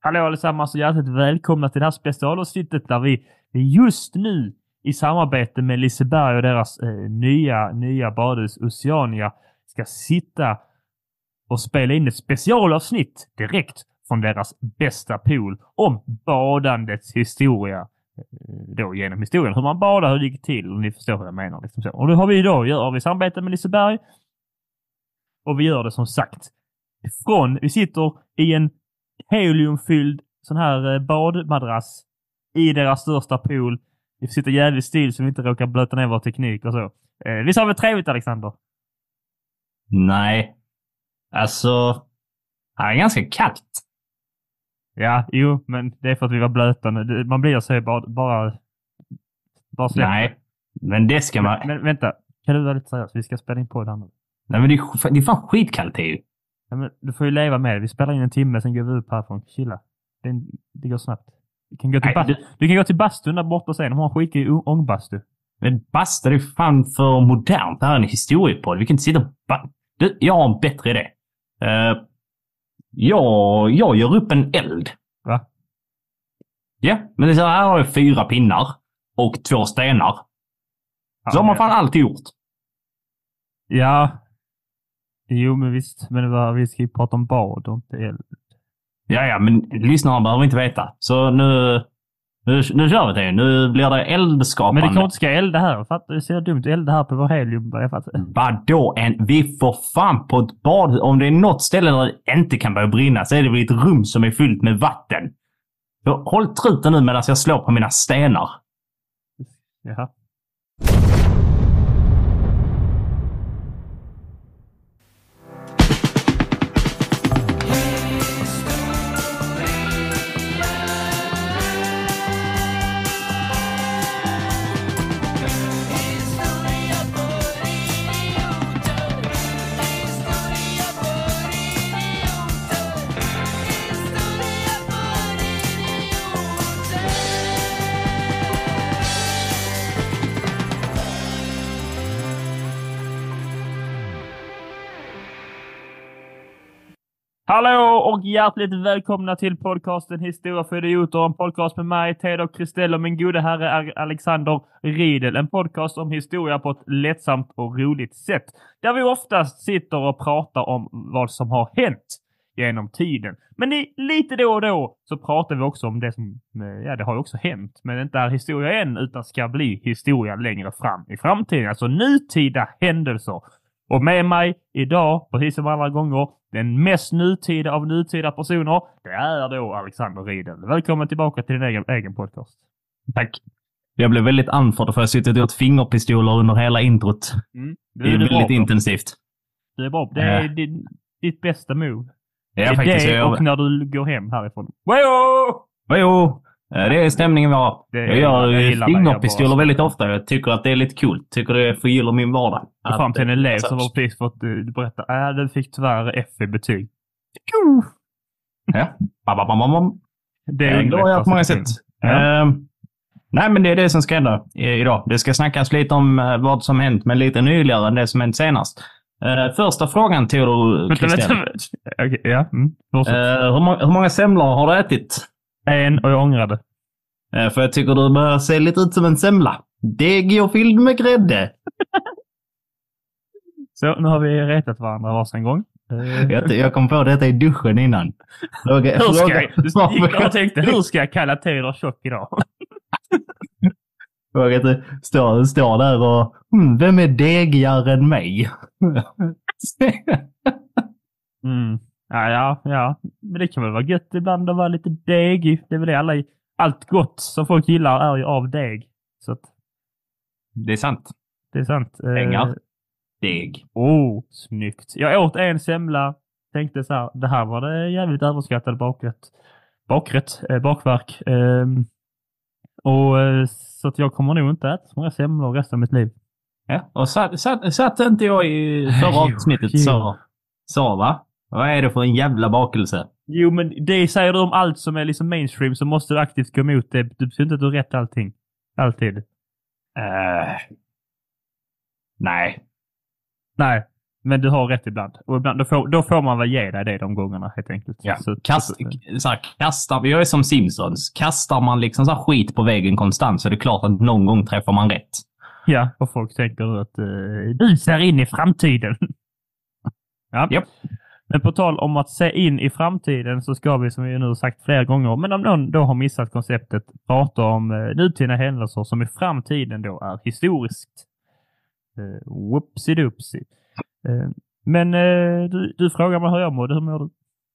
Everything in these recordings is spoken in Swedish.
Hallå allesammans och hjärtligt välkomna till det här specialavsnittet där vi just nu i samarbete med Liseberg och deras nya badhus Oceania ska sitta och spela in ett specialavsnitt direkt från deras bästa pool om badandets historia. Då genom historien. Hur man badar, hur det gick till. Och ni förstår hur jag menar. Liksom så. Och det har vi då gör vi samarbete med Liseberg. Och vi gör det som sagt vi sitter i en heliumfylld sån här badmadrass i deras största pool. Vi sitter jävligt still så vi inte råkar blöta ner vår teknik och så. Visst har vi trevligt, Alexander? Nej. Alltså, det är ganska kallt. Ja, jo, men det är för att vi var blöta. Man blir så bara släppa. Nej, men det ska man... Men vänta, kan du vara lite seriös? Vi ska spela in på det andra. Nej, men det är fan skitkallt ju. Ja, men du får ju leva med det. Vi spelar in en timme, sen går vi upp härifrån. Chilla. Det går snabbt. Du kan gå till bastun där borta sen. De har en skitig ångbastu. Men basta, det är fan för modernt. Det här är en historiepodd. Vi kan inte sitta och... Jag har en bättre idé. Jag gör upp en eld. Va? Ja, men det är så här har jag 4 pinnar och 2 stenar. Så har man fan alltid gjort. Ja. Jo, men visst. Men vi ska ju prata om bad och inte eld. Ja, men lyssnarna behöver inte veta. Så nu kör vi det. Nu blir det eldskapande. Men det kommer inte ska elda här. Fattar du? Det är dumt. Elda här på vår helium. Vadå? Vi får fan på ett bad. Om det är något ställe där det inte kan börja brinna så är det väl ett rum som är fyllt med vatten. Håll truten nu medan jag slår på mina stenar. Jaha. Hallå och hjärtligt välkomna till podcasten Historia för idioter. En podcast med mig, Ted och Kristel och min gode herre Alexander Riedel. En podcast om historia på ett lättsamt och roligt sätt. Där vi oftast sitter och pratar om vad som har hänt genom tiden. Men lite då och då så pratar vi också om det som, det har ju också hänt. Men inte är historia än utan ska bli historia längre fram i framtiden. Alltså nutida händelser. Och med mig idag, precis som alla gånger, den mest nutida av nutida personer, det är då Alexander Riedel. Välkommen tillbaka till din egen podcast. Tack. Jag blev väldigt andfådd för att jag suttit och gjort fingerpistoler under hela introt. Det är väldigt intensivt. Det är bra. Det är ditt bästa move. Ja, det är faktiskt. Det och när du går hem härifrån. Wajo! Wajo! Det är stämningen vi har. Jag gör fingerpistoler väldigt ofta. Jag tycker att det är lite kul. Tycker det förgyller min vardag. Och fram till en elev som var precis för att du berättar. Du fick tyvärr F i betyg. Ja. Det är då har jag på många sätt. Ja. Nej, men det är det som ska hända idag. Det ska snackas lite om vad som hänt, men lite nyligare än det som hänt senast. Första frågan till du, Christian. Okay, ja. Hur många semlor har du ätit? En och jag ångrade. För jag tycker du börjar se lite ut som en semla. Degig och fylld med grädde. Så, nu har vi retat varandra varsin gång. Jag kom på detta i duschen innan. Jag tänkte, hur ska jag kalla Taylor tjock idag? Står där och vem är degigare än mig? Ja. Men det kan väl vara gött ibland att vara lite degig. Det är väl det allt gott som folk gillar är ju av deg. Så att... Det är sant. Det är sant. Pengar. Deg. Snyggt. Jag åt en semla. Tänkte så här, det här var det jävligt överskattade bakverk. Så att jag kommer nog inte äta så många semlor resten av mitt liv. Ja, och satt inte jag i förra avsnittet så va? Vad är det för en jävla bakelse? Jo, men det säger du om allt som är liksom mainstream så måste du aktivt gå emot det. Du syns inte att du har rätt allting. Alltid. Nej. Nej. Men du har rätt ibland. Och ibland då får man väl ge dig det de gångerna helt enkelt. Ja. Så, Kastar, jag är som Simpsons. Kastar man liksom så här skit på väggen konstant så är det klart att någon gång träffar man rätt. ja, och folk tänker att du ser in i framtiden. ja. Yep. Men på tal om att se in i framtiden så ska vi, som vi nu har sagt flera gånger, men om någon då har missat konceptet, prata om nutida händelser som i framtiden då är historiskt. Whoopsie-doopsie. Men du frågar mig hur jag mår. Hur mår du?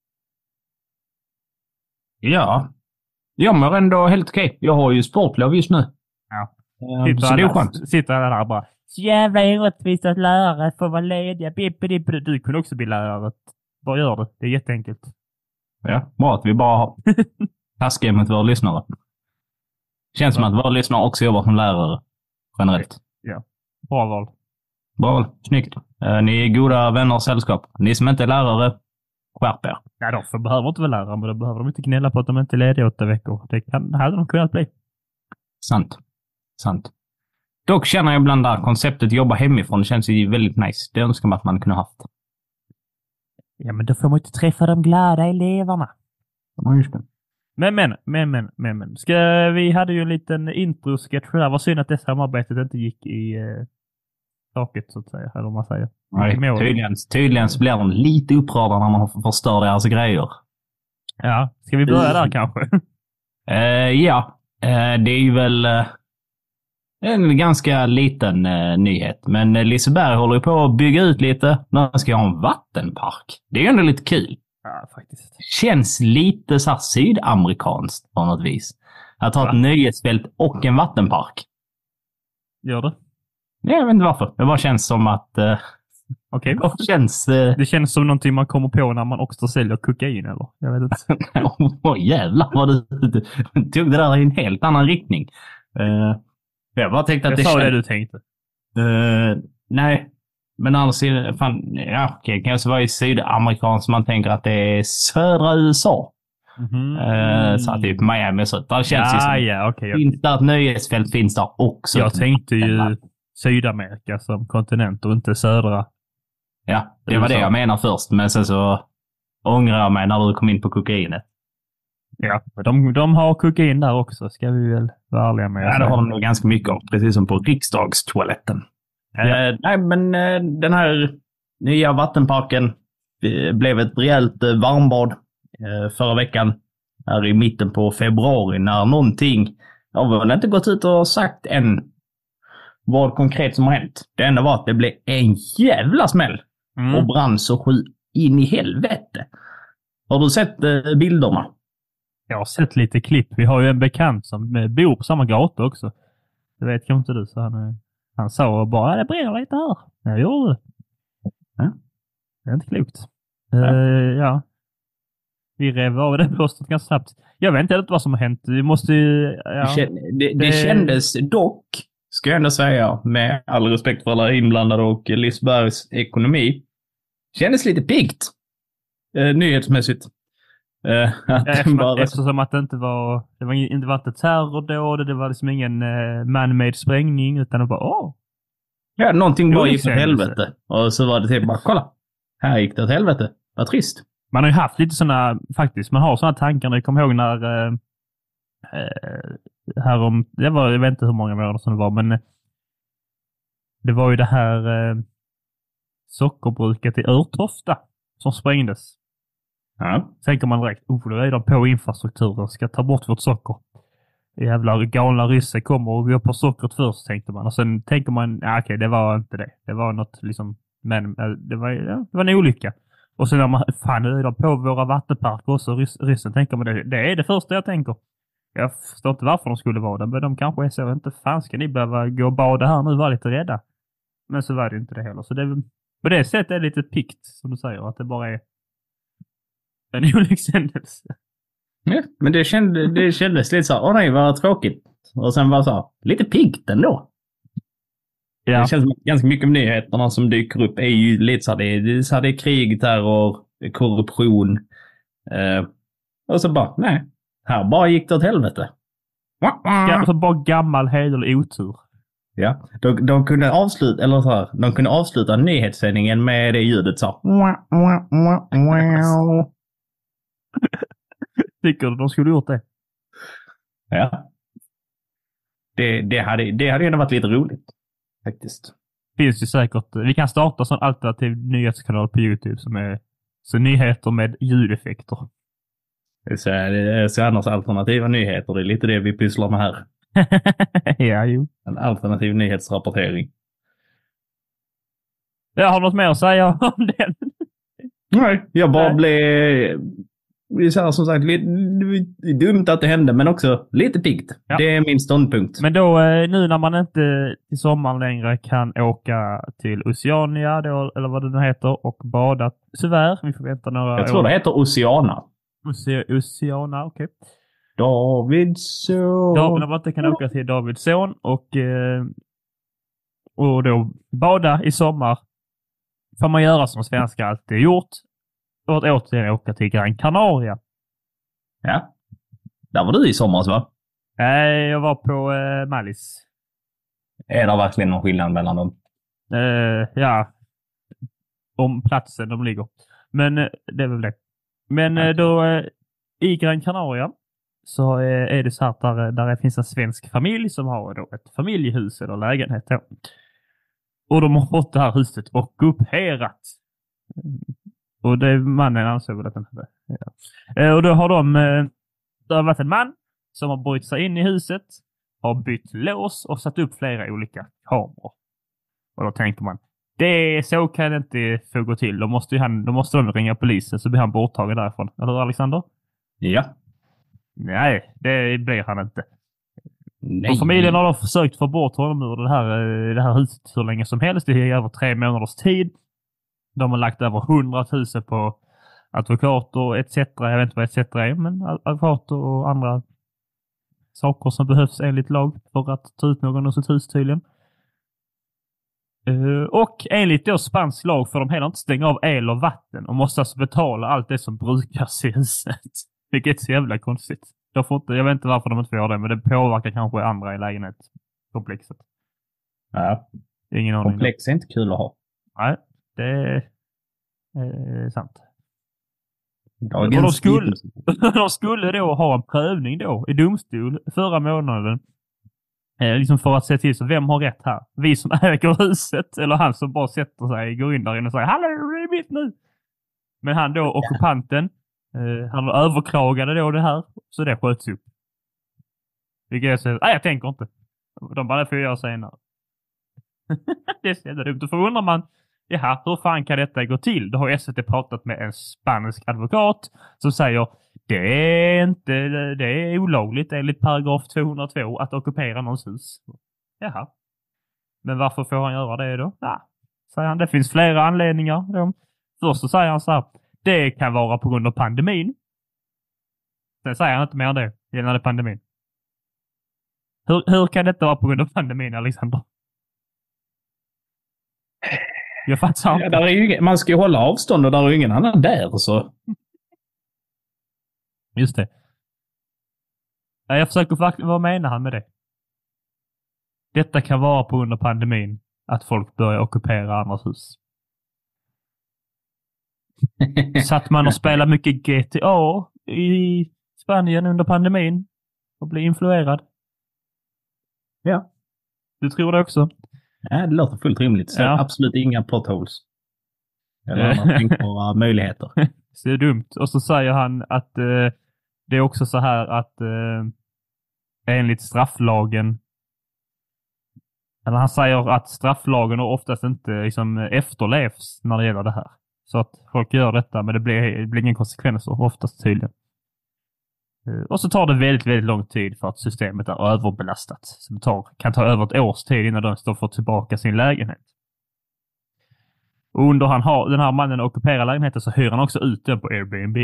Ja. Jag mår ändå helt okej. Jag har ju sportlov just nu. Ja. Så det är skönt. Sitter alla där bara så jävla orättvist att lärare får vara lediga. Du kunde också bli lärare. Bara gör det. Det är jätteenkelt. Ja, bra att vi bara har taskiga mot våra lyssnare. Känns som att våra lyssnare också jobbar som lärare. Generellt. Ja. Bra val. Bra val. Snyggt. Ni är goda vänner och sällskap. Ni som inte är lärare, skärp er. Ja, de behöver inte vara lärare, men då behöver de inte gnälla på att de inte är lediga 8 veckor. Det hade de kunnat bli. Sant. Dock känner jag ibland att konceptet jobba hemifrån känns ju väldigt nice. Det önskar man att man kunde haft. Ja, men då får man inte träffa de glada eleverna. Ja, just det. Men. Vi hade ju en liten intro-sketch där. Vad synd att det samarbetet inte gick i taket, så att säga. Eller vad man säger. Nej, tydligen så blir de lite upprörda när man förstör deras grejer. Ja, ska vi börja där kanske? Ja, det är ju väl en ganska liten nyhet. Men Liseberg håller ju på att bygga ut lite. Nu ska jag ha en vattenpark. Det är ju ändå lite kul. Ja, faktiskt. Känns lite så här sydamerikanskt på något vis. Att ha ett nöjesfält och en vattenpark. Gör det? Nej, jag vet inte varför. Det bara känns som att... Okej. Det känns som någonting man kommer på när man också säljer kokain, eller? Jag vet inte. Jävlar vad du tog det där i en helt annan riktning. Jag bara tänkte att jag sa det du tänkte. Nej. Men annars fan, ja, okej, kanske vara i sydamerikanskt man tänker att det är södra USA. Så att typ Miami så där känns det som. Ja, okej. Finns där ett nöjesfält finns där också. Jag tänkte ju Sydamerika som kontinent och inte södra. Ja, det var det jag menar först. Men sen så ångrar jag mig när du kom in på kokainet. Ja, de har kokain där också, ska vi väl vara ärliga med. Ja, det har de nog ganska mycket av, precis som på riksdagstoaletten. Ja. Nej, men den här nya vattenparken blev ett rejält varmbad förra veckan. Här i mitten på februari när någonting, jag har väl inte gått ut och sagt än vad konkret som har hänt. Det enda var att det blev en jävla smäll och brann så sju in i helvete. Har du sett bilderna? Jag har sett lite klipp. Vi har ju en bekant som bor på samma gata också. Det vet kanske inte du, så han sa bara det brinner lite här. Jag gjorde det. Ja. Det är inte klokt. Ja. Vi rev av det plåstret ganska snabbt. Jag vet inte vad som har hänt. Vi måste ju... Ja. Det kändes dock, ska jag ändå säga, med all respekt för alla inblandade och Lisebergs ekonomi, kändes lite piggt. Nyhetsmässigt. Eftersom att det inte var inte terrordåd, det var liksom ingen man-made sprängning, utan det bara ja, någonting bara gick åt helvete. Och så var det typ bara, kolla, här gick det åt helvete. Vad trist. Man har ju haft lite sådana, faktiskt, man har sådana tankar när jag kommer ihåg när jag vet inte hur många månader som det var, men det var ju det här sockerbruket i Örtofta som sprängdes. Ja. Tänker man direkt, då är de på infrastrukturen, ska ta bort vårt socker. Jävla galna rysse kommer och går på sockret först, tänkte man. Och sen tänker man, okej, det var inte det. Det var något liksom, men det var en olycka. Och sen när man, fan, nu är de på våra vattenparker också, ryssen, tänker man det är det första jag tänker. Jag förstår inte varför de skulle vara det, men de kanske är så, inte fan ska ni behöva gå och bada här nu, var lite rädda. Men så var det inte det heller. Så det, på det sättet är det lite pikt, som du säger, att det bara är en olyckshändelse. Ja, men det kändes lite så här, nej vad tråkigt. Och sen var så här, lite piggt ändå. Ja. Det känns som ganska mycket av nyheterna som dyker upp är ju lite så här, det är krig, terror, korruption. Och så bara, nej, här bara gick det åt helvete. Ja, så bara gammal hederlig otur. Ja, de kunde avsluta, eller så här, de kunde avsluta nyhetssändningen med det ljudet så. Tycker du de skulle gjort det? Ja. Det hade ju varit lite roligt. Faktiskt. Finns ju säkert. Vi kan starta en sån alternativ nyhetskanal på YouTube som är så nyheter med ljudeffekter. Det är så annars alternativa nyheter. Det är lite det vi pysslar med här. Ja, jo. En alternativ nyhetsrapportering. Jag har något mer att säga om den. Nej, jag bara blev... Det är så här, som sagt, dumt att det hände, men också lite piggt. Ja. Det är min ståndpunkt. Men då, nu när man inte i sommaren längre kan åka till Oceania, då, eller vad det nu heter, och bada, tyvärr, vi får vänta några Jag tror det heter Oceana. Oceana, okej. Okay. Davidsson. När man inte kan åka till Davidsson och då bada i sommar får man göra som svenskar alltid gjort. Och återigen åka till Gran Canaria. Ja. Där var du i sommar, va? Nej, jag var på Mallis. Är det verkligen någon skillnad mellan dem? Ja. Om platsen de ligger. Men det är väl det. Men då i Gran Canaria så är det så här att där finns en svensk familj som har då ett familjehus eller lägenhet då. Och de har fått det här huset ockuperat. Och det mannen ansåg väl att den hade. Ja. Och då har det har varit en man som har brytt sig in i huset, har bytt lås och satt upp flera olika kameror. Och då tänker man, så kan det inte få gå till. Då måste de ringa polisen så blir han borttagen därifrån. Eller hur, Alexander? Ja. Nej, det blir han inte. Nej. Och familjen har då försökt få bort honom ur det här huset hur länge som helst. Det är över 3 månaders tid. De har lagt över 100 000 på advokater etc. Jag vet inte vad etc. är, men advokater och andra saker som behövs enligt lag för att ta ut någon ur sitt hus tydligen. Och enligt då spansk lag får de heller inte stänga av el och vatten och måste alltså betala allt det som brukas i huset. Vilket är så jävla konstigt. Jag vet inte varför de inte får göra det, men det påverkar kanske andra i lägenhetskomplexet. Ja. Ingen aning. Komplex är inte kul att ha. Nej, det är sant. Och de skulle då ha en prövning då i domstol förra månaden. Liksom för att se till så vem har rätt här? Vi som äger huset eller han som bara sätter sig, går in där inne och säger hallå, det är mitt nu. Men han då, ockupanten, han överklagade då det här så det sköts upp. Vilket jag säger, nej jag tänker inte. De bara får göra senare. Det är så jävla dumt. Då förundrar man, jaha, hur fan kan detta gå till? Då har SVT pratat med en spansk advokat som säger det är olagligt enligt paragraf 202 att ockupera någons hus. Jaha. Men varför får han göra det då? Ja, säger han, det finns flera anledningar. Först så säger han så här, det kan vara på grund av pandemin. Sen säger han inte mer än det gällande pandemin. Hur kan detta vara på grund av pandemin, Alexander? Jag fattar inte. Ja, där är ju, man ska ju hålla avstånd och där är ju ingen annan där. Så. Just det. Jag försöker faktiskt, vad menar han med det? Detta kan vara på grund av pandemin att folk börjar ockupera andras hus. Satt man och spelade mycket GTA i Spanien under pandemin och blev influerad? Ja. Du tror det också? Ja, det låter fullt rimligt. Så absolut inga plotholes. Eller andra tänkbara möjligheter. Så det är dumt. Och så säger han att det är också så här att enligt strafflagen, eller han säger att strafflagen oftast inte liksom efterlevs när det gäller det här. Så att folk gör detta, men det blir ingen konsekvenser oftast tydligen. Och så tar det väldigt, väldigt lång tid för att systemet är överbelastat. Så det kan ta över ett års tid innan de får tillbaka sin lägenhet. Och under den här mannen ockuperar lägenheten så hyr han också ut den på Airbnb.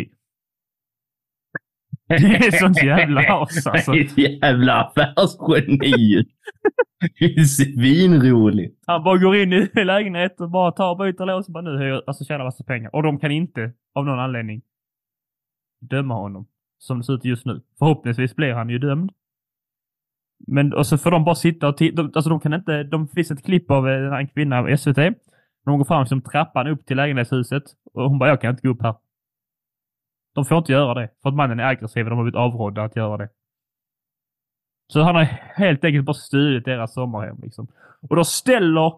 Det är sånt jävla as alltså. Ett jävla affärsgeni. Det är svinroligt. Han bara går in i lägenheten och bara byter lås och bara nu hyr, alltså tjänar massa pengar. Och de kan inte av någon anledning döma honom. Som det ser ut just nu. Förhoppningsvis blir han ju dömd. Men och så får de bara sitta och alltså de kan inte, de finns ett klipp av en kvinna av SVT. De går fram som trappan upp till lägenhetshuset och hon bara, jag kan inte gå upp här. De får inte göra det för att mannen är aggressiv och de har blivit avrådda att göra det. Så han har helt enkelt bara stulit deras sommarhem liksom. Och då ställer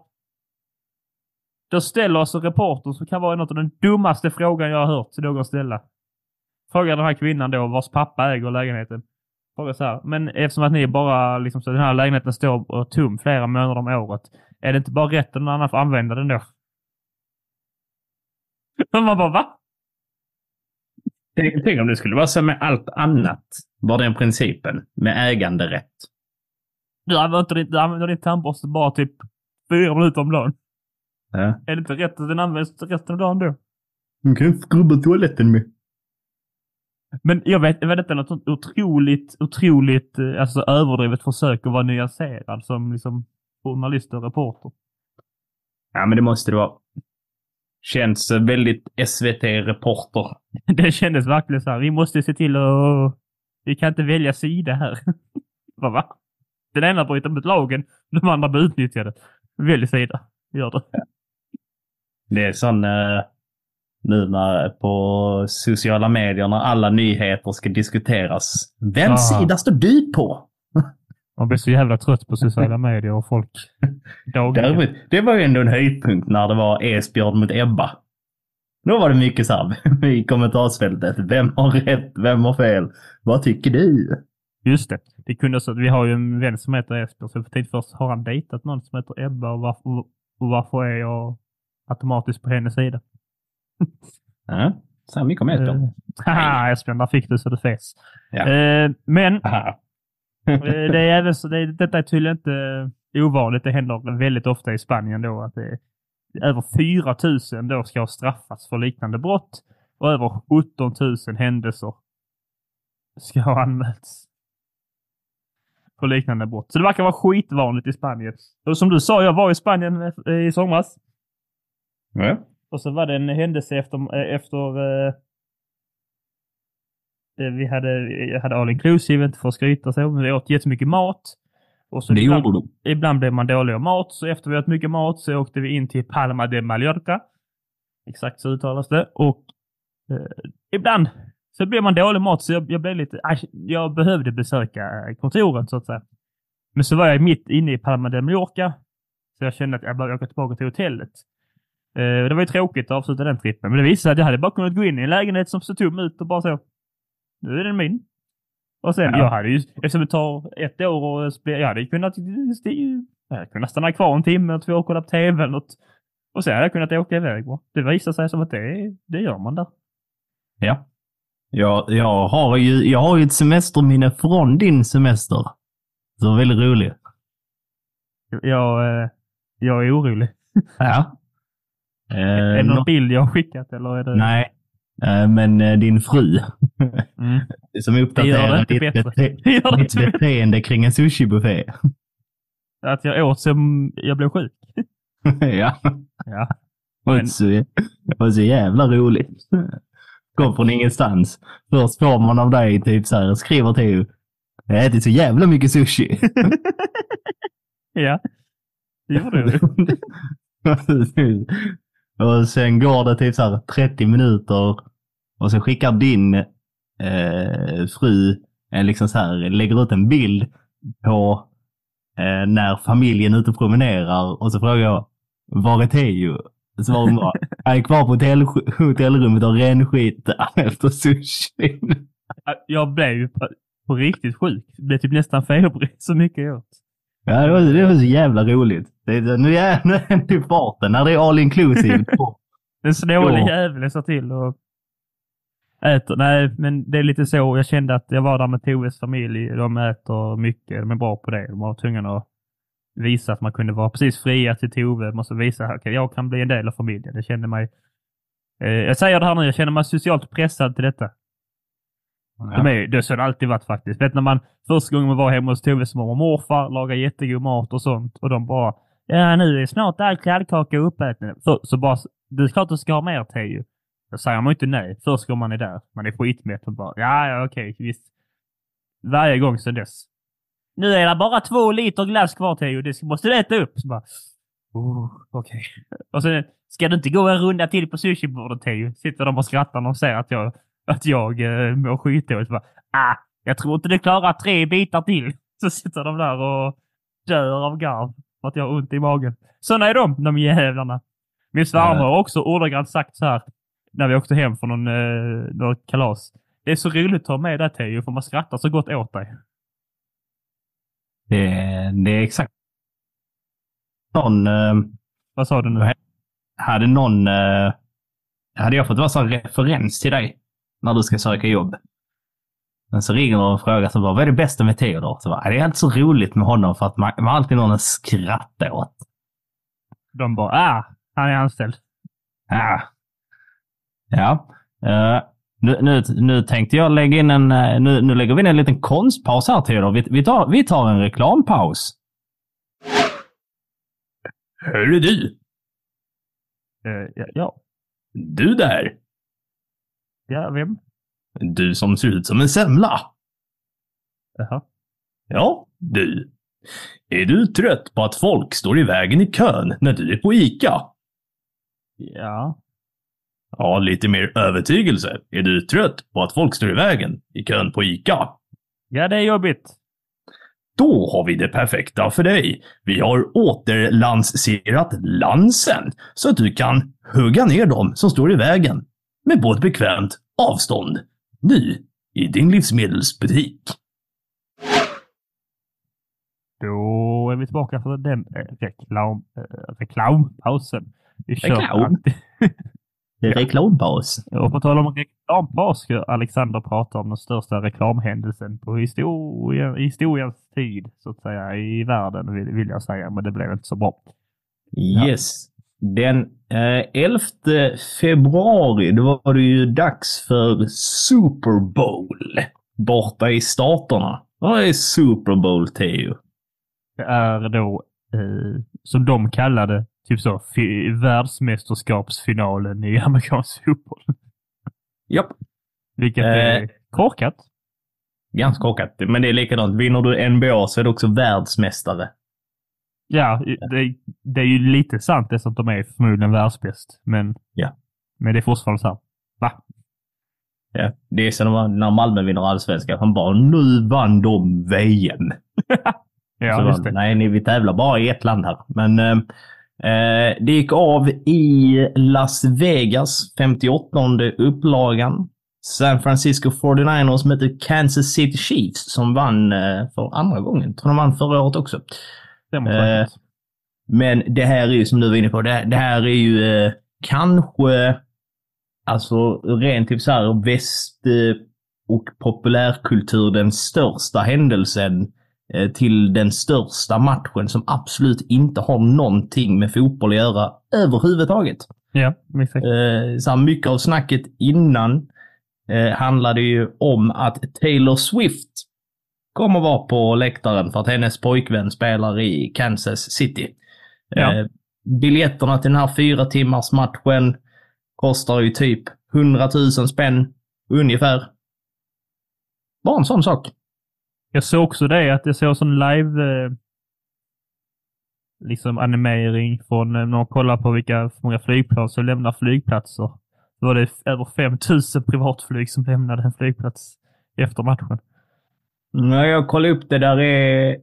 alltså reportern, som kan vara något av den dummaste frågan jag har hört till någon ställa. Frågar den här kvinnan då vars pappa äger lägenheten. Frågar så här, men eftersom att ni bara liksom så den här lägenheten står tom flera månader om året, är det inte bara rätt att någon annan får använda den då? Men man bara, va? Tänk om det skulle vara så med allt annat. Var den principen med äganderätt? Du använder din tandborste bara typ 4 minuter om dagen. Ja. Är det inte rätt att den används resten av dagen då? Du kan skrubba toaletten med. Men jag vet inte något sånt otroligt alltså överdrivet försök att vara nyanserad som liksom journalist och reporter. Ja, men det måste det vara. Känns väldigt SVT-reporter. Det kändes verkligen så här. Vi måste se till att... Vi kan inte välja sida här. Va? Den ena bryter mot lagen, de andra blir utnyttjade. Välj sida. Gör det. Det är sån... nu på sociala medier när alla nyheter ska diskuteras. Vem sida står du på? Man blir så jävla trött på sociala medier och folk dagligen. Det var ju ändå en höjdpunkt när det var Esbjörn mot Ebba. Då var det mycket så här i kommentarsfältet. Vem har rätt? Vem har fel? Vad tycker du? Just det. Det kunde så att vi har ju en vän som heter Esbjörn. Så för tid först har han dejtat någon som heter Ebba. Och varför är jag automatiskt på hennes sida? Ja, så mycket om Esbjörn. Haha, Esbjörn, där fick du så det fes. Ja. Men det är även så, detta är tydligen inte ovanligt. Det händer väldigt ofta i Spanien då att det är över 4 000 då ska straffas för liknande brott och över 17 000 händelser ska ha anmälts för liknande brott. Så det verkar vara skitvanligt i Spanien. Och som du sa, jag var i Spanien i somras. Ja. Och så var det en händelse efter jag hade all inclusive, inte för att skryta så, men vi åt jättemycket mat. Och så ibland blev man dålig av mat, så efter vi åt mycket mat så åkte vi in till Palma de Mallorca. Exakt så uttalas det. Och ibland så blev man dålig mat, så jag blev lite... jag behövde besöka kontoret så att säga. Men så var jag mitt inne i Palma de Mallorca, så jag kände att jag behövde åka tillbaka till hotellet. Det var ju tråkigt att avsluta den trippen, men det visade att jag hade bara kunnat gå in i en lägenhet som så tom ut och bara så, nu är den min. Och sen, jag hade ju, eftersom det tar 1 år och jag hade kunnat stanna kvar en timme och 2 och kolla på tv eller något. Och sen hade jag kunnat åka iväg. Det visade sig som att det gör man där. Ja. Jag har ju ett semesterminne från din semester. Det var väldigt roligt. Jag är orolig. Ja. Är det någon bild jag har skickat eller är det... Nej, men din fru som uppdaterar ditt beteende kring en sushi-buffé. Att jag åt som jag blev sjuk. Ja. Men... Det var så jävla roligt. Kom från ingenstans. Först får man av dig typ så här, skriver till jag äter så jävla mycket sushi. Ja, det gjorde du. Och sen går det typ så här 30 minuter och så skickar din fru liksom så här, lägger ut en bild på när familjen är ute och promenerar och så frågar jag, var är Teo? Så var hon bara, jag är kvar på hotellrummet och renskit efter sushi. Jag blev ju på riktigt sjuk. Det blev typ nästan febrig så mycket jag åt. Ja, det var så jävla roligt. Nu är den till farten när det är all inclusive. Den snålig jäveln sa till och äter. Nej, men det är lite så. Jag kände att jag var där med Toves familj. De äter mycket. De är bra på det. De var tvungna att visa att man kunde vara precis fria till Tove. Man måste visa att jag kan bli en del av familjen. Det kände mig... jag säger det här nu. Jag känner mig socialt pressad till detta. Ja. Det har det alltid varit faktiskt. Vet när man första gången man var hemma hos Toves mormor och morfar, lagar jättegod mat och sånt. Och de bara, ja nu är snart all kladdkaka uppäten. Så bara, det är klart du ska ha mer te ju. Då säger man inte nej. Först går man är där. Man är skitmätt och bara, ja okej, visst. Varje gång sedan dess. Nu är det bara 2 liter glass kvar, Theo. Det måste du äta upp. Så bara, okej. Och sen, ska du inte gå en runda till på sushibordet, Theo? Sitter de och skrattar när de ser att jag mår skitdåligt. Jag tror inte du klarar 3 bitar till. Så sitter de där och dör av garv för att jag har ont i magen. Såna är de jävlarna. Min svärmor har också ordagrant sagt så här när vi åkte hem från något kalas. Det är så roligt att ta med det, Theo, för man skrattar så gott åt dig. Det är exakt. Vad sa du nu? Hade jag fått vara en referens till dig när du ska söka jobb? Men så ringer de och frågar så bara, vad är det bästa med Theodor? Så bara, det är alltid så roligt med honom för att man har alltid någon att skratta åt. De bara, han är anställd. Ja. Nu tänkte jag lägga in nu lägger vi in en liten konstpaus här, Theodor. Vi tar en reklampaus. Hörru du! Ja. Du där! Ja, vem? Du som ser ut som en semla. Jaha. Ja, du. Är du trött på att folk står i vägen i kön när du är på ICA? Ja. Ja, lite mer övertygelse. Är du trött på att folk står i vägen i kön på ICA? Ja, det är jobbigt. Då har vi det perfekta för dig. Vi har återlanserat Lansen så att du kan hugga ner dem som står i vägen med på ett bekvämt avstånd. Nu i din livsmedelsbutik. Då är vi tillbaka för den reklampausen. Reklam? Det är reklampaus. Och på tal om reklampaus ska Alexander prata om den största reklamhändelsen på historiens tid, så att säga, i världen vill jag säga, men det blev inte så bra. Yes. Den 11 februari, då var det ju dags för Super Bowl borta i staterna. Vad är Super Bowl, Theo? Det är då, som de kallade, typ så, världsmästerskapsfinalen i amerikansk fotboll. Japp. Vilket är korkat. Ganska korkat. Men det är likadant. Vinner du NBA så är du också världsmästare. Ja, det är ju lite sant det att de är förmodligen världsbäst. Men det är fortfarande så här. Va? Ja, det är som när Malmö vinner allsvenskan. Han bara, nu vann de VM. Ja, just det. Nej, vi tävlar bara i ett land här. Men det gick av i Las Vegas, 58:e upplagan. San Francisco 49ers mötte Kansas City Chiefs som vann för andra gången. Jag tror de vann förra året också. Men det här är ju, som du var inne på, det här är ju kanske alltså rent typ så här väst och populärkultur den största händelsen till den största matchen som absolut inte har någonting med fotboll att göra överhuvudtaget. Ja, exakt. Så här, mycket av snacket innan handlade ju om att Taylor Swift kommer vara på läktaren för att hennes pojkvän spelar i Kansas City. Ja. Biljetterna till den här 4 timmars matchen kostar ju typ 100 000 spänn ungefär. Bara en sån sak. Jag såg också det, att jag såg sån live liksom animering från när man kollar på vilka många flygplan som lämnar flygplatser. Då var det över 5000 privatflyg som lämnade en flygplats efter matchen. När jag kollar upp det, där är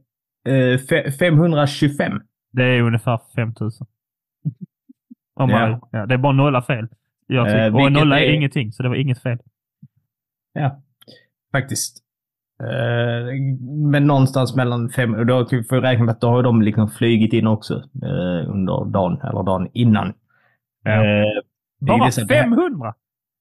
525. Det är ungefär 5000. Det är bara nolla fel. Och en nolla är ingenting, så det var inget fel. Ja, faktiskt. Men någonstans mellan 5, och då får vi räkna med att då har de liksom flygit in också under dagen, eller dagen innan. Bara 500?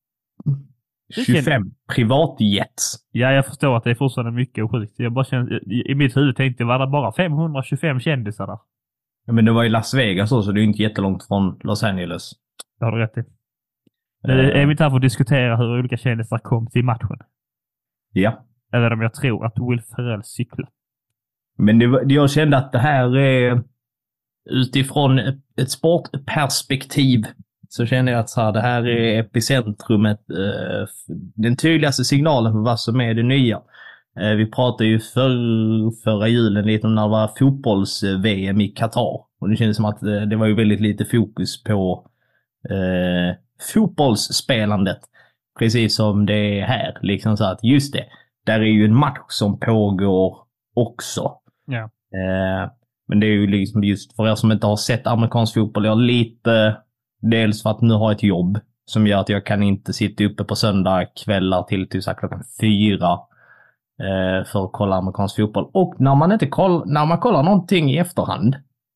25 privatjets. Ja, jag förstår att det är fortfarande mycket och sjukt. Jag bara känner, i mitt huvud tänkte jag, var det bara 525 kändisar där? Ja, men det var i Las Vegas så det är inte jättelångt från Los Angeles. Det har du rätt i. Det är inte här för att diskutera hur olika kändisar kom till matchen. Ja. Eller om jag tror att Will Ferrell cyklar. Men jag kände att det här är utifrån ett sportperspektiv, så känner jag att så här, det här är epicentrumet, den tydligaste signalen för vad som är det nya. Vi pratade ju förra julen lite om när det var fotbolls-VM i Qatar. Och det kändes som att det var ju väldigt lite fokus på fotbollsspelandet. Precis som det är här. Liksom så att just det, där är ju en match som pågår också. Ja. Men det är ju liksom just för er som inte har sett amerikansk fotboll. Jag har lite, dels för att nu har jag ett jobb som gör att jag kan inte sitta uppe på söndag kvällar till typ klockan 4 för att kolla amerikansk fotboll. Och när man kollar någonting i efterhand,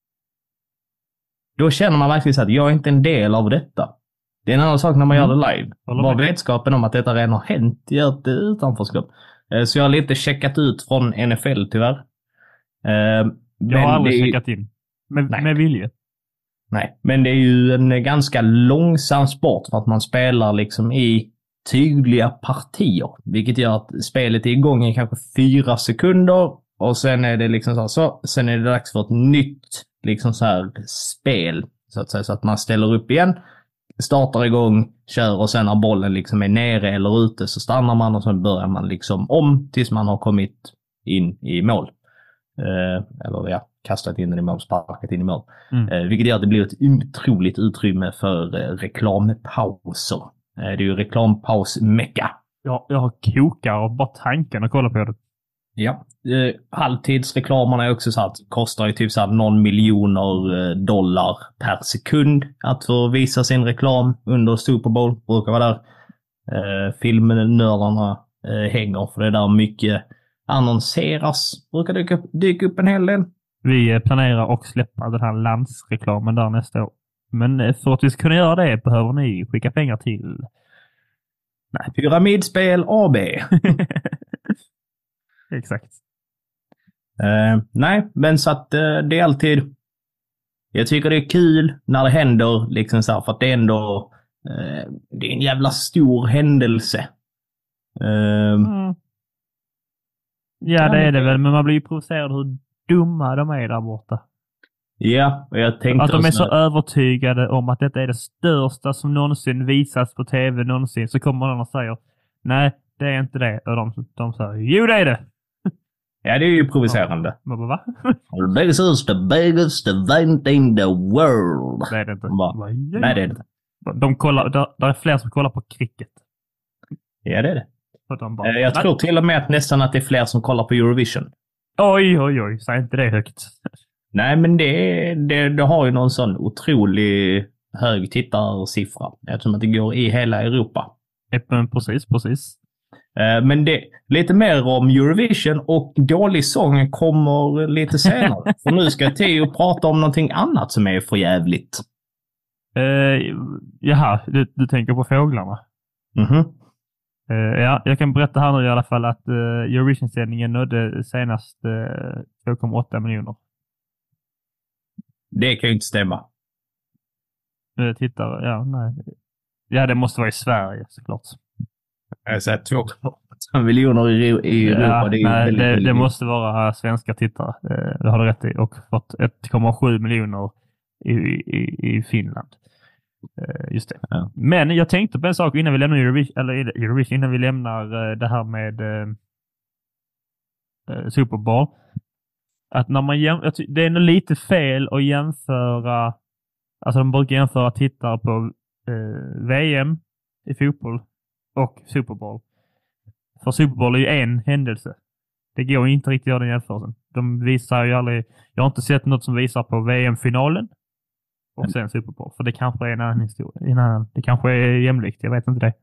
då känner man verkligen att jag är inte en del av detta. Det är en annan sak när man gör det live. Bara vetskapen om att detta redan har hänt gör ett utanförskap. Så jag har lite checkat ut från NFL tyvärr. Jag har aldrig checkat in. Med vilje. Nej, men det är ju en ganska långsam sport för att man spelar liksom i tydliga partier. Vilket gör att spelet är igång i kanske 4 sekunder och sen är det liksom så sen är det dags för ett nytt liksom så här spel så att säga, så att man ställer upp igen, startar igång, kör och sen när bollen liksom är nere eller ute så stannar man och sen börjar man liksom om tills man har kommit in i mål. Eller ja, kastat in den i mål, sparkat in i mål. Vilket gör att det blir ett otroligt utrymme för reklampauser. Det är ju reklampausmecka. Ja, jag kokar av bara tanken att kolla på det. Ja, halvtidsreklamerna är också så att kostar ju typ så här någon miljoner dollar per sekund att få visa sin reklam under Super Bowl. Brukar vara där. Filmnördarna hänger för det där mycket annonseras. Brukar dyka upp en hel del. Vi planerar att släppa den här landsreklamen där nästa år. Men för att vi ska kunna göra det behöver ni skicka pengar till... Nej, Pyramidspel AB. Exakt. Nej, men så att det är alltid... Jag tycker det är kul när det händer liksom så här, för att det är ändå... det är en jävla stor händelse. Ja, det är det väl. Men man blir ju provocerad hur dumma de är där borta. Ja, och jag tänkte... Att de är så övertygade om att detta är det största som någonsin visas på tv någonsin. Så kommer någon och säger, nej, det är inte det. Och de säger, jo det är det. Ja, det är ju provocerande. Ja. Va? This is the biggest event in the world. Det är det inte. Nej, det är det inte. Där är fler som kollar på cricket. Ja, det är det. Bara, jag tror till och med att nästan att det är fler som kollar på Eurovision. Oj. Säg inte det högt. Nej, men det har ju någon sån otrolig hög tittarsiffra. Eftersom att det går i hela Europa. Precis. Men det lite mer om Eurovision och dålig sång kommer lite senare. För nu ska Theo prata om någonting annat som är för jävligt. Jaha, du tänker på fåglarna. Ja, jag kan berätta här nu i alla fall att Eurovision-sändningen nådde senast 2,8 miljoner. Det kan ju inte stämma. Tittare, ja, nej. Ja, det måste vara i Sverige såklart. Jag säger 2,8 miljoner i Europa. Ja, det måste vara svenska tittare. Det har du rätt i. Och fått 1,7 miljoner i Finland. Just det. Ja. Men jag tänkte på en sak innan vi lämnar Eurovision, innan vi lämnar det här med Super Bowl. Att när man det är nog lite fel att jämföra, alltså de brukar jämföra tittare på VM i fotboll och Super Bowl. För Super Bowl är ju en händelse. Det går inte riktigt att göra den jämförelsen. De visar ju aldrig, jag har inte sett något som visar på VM-finalen och sen Super Bowl. För det kanske är en annan historia. Det kanske är jämlikt, jag vet inte det.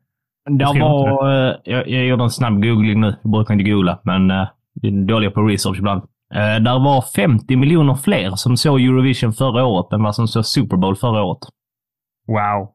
Jag gjorde en snabb googling nu. Jag brukar inte googla, men det är dåliga på research ibland. Där var 50 miljoner fler som såg Eurovision förra året än vad som såg Super Bowl förra året. Wow.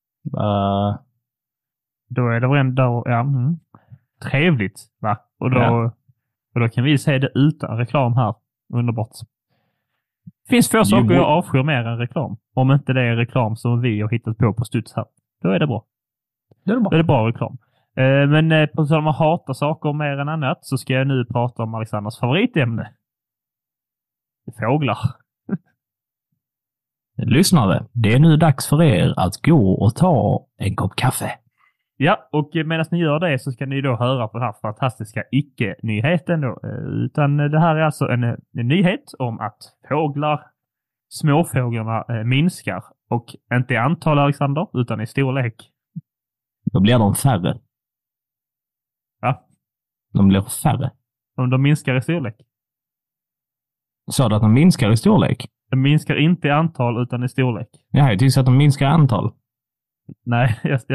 Då är det väl ändå trevligt, va? Och då kan vi se det utan reklam här. Underbart. Finns få saker jag avskyr mer än reklam. Om inte det är reklam som vi har hittat på studs här. Då är det bra. Då är det bra reklam. Men på så att man hatar saker mer än annat så ska jag nu prata om Alexanders favoritämne. Fåglar. Lyssnare, det är nu dags för er att gå och ta en kopp kaffe. Ja, och medan ni gör det så ska ni då höra på den här fantastiska icke-nyheten då. Utan det här är alltså en nyhet om att småfåglarna minskar. Och inte i antal, Alexander, utan i storlek. Då blir de färre. Ja. De blir färre. Om de minskar i storlek. Sa du att de minskar i storlek? De minskar inte i antal utan i storlek. Ja, jag tycker att de minskar i antal. Nej,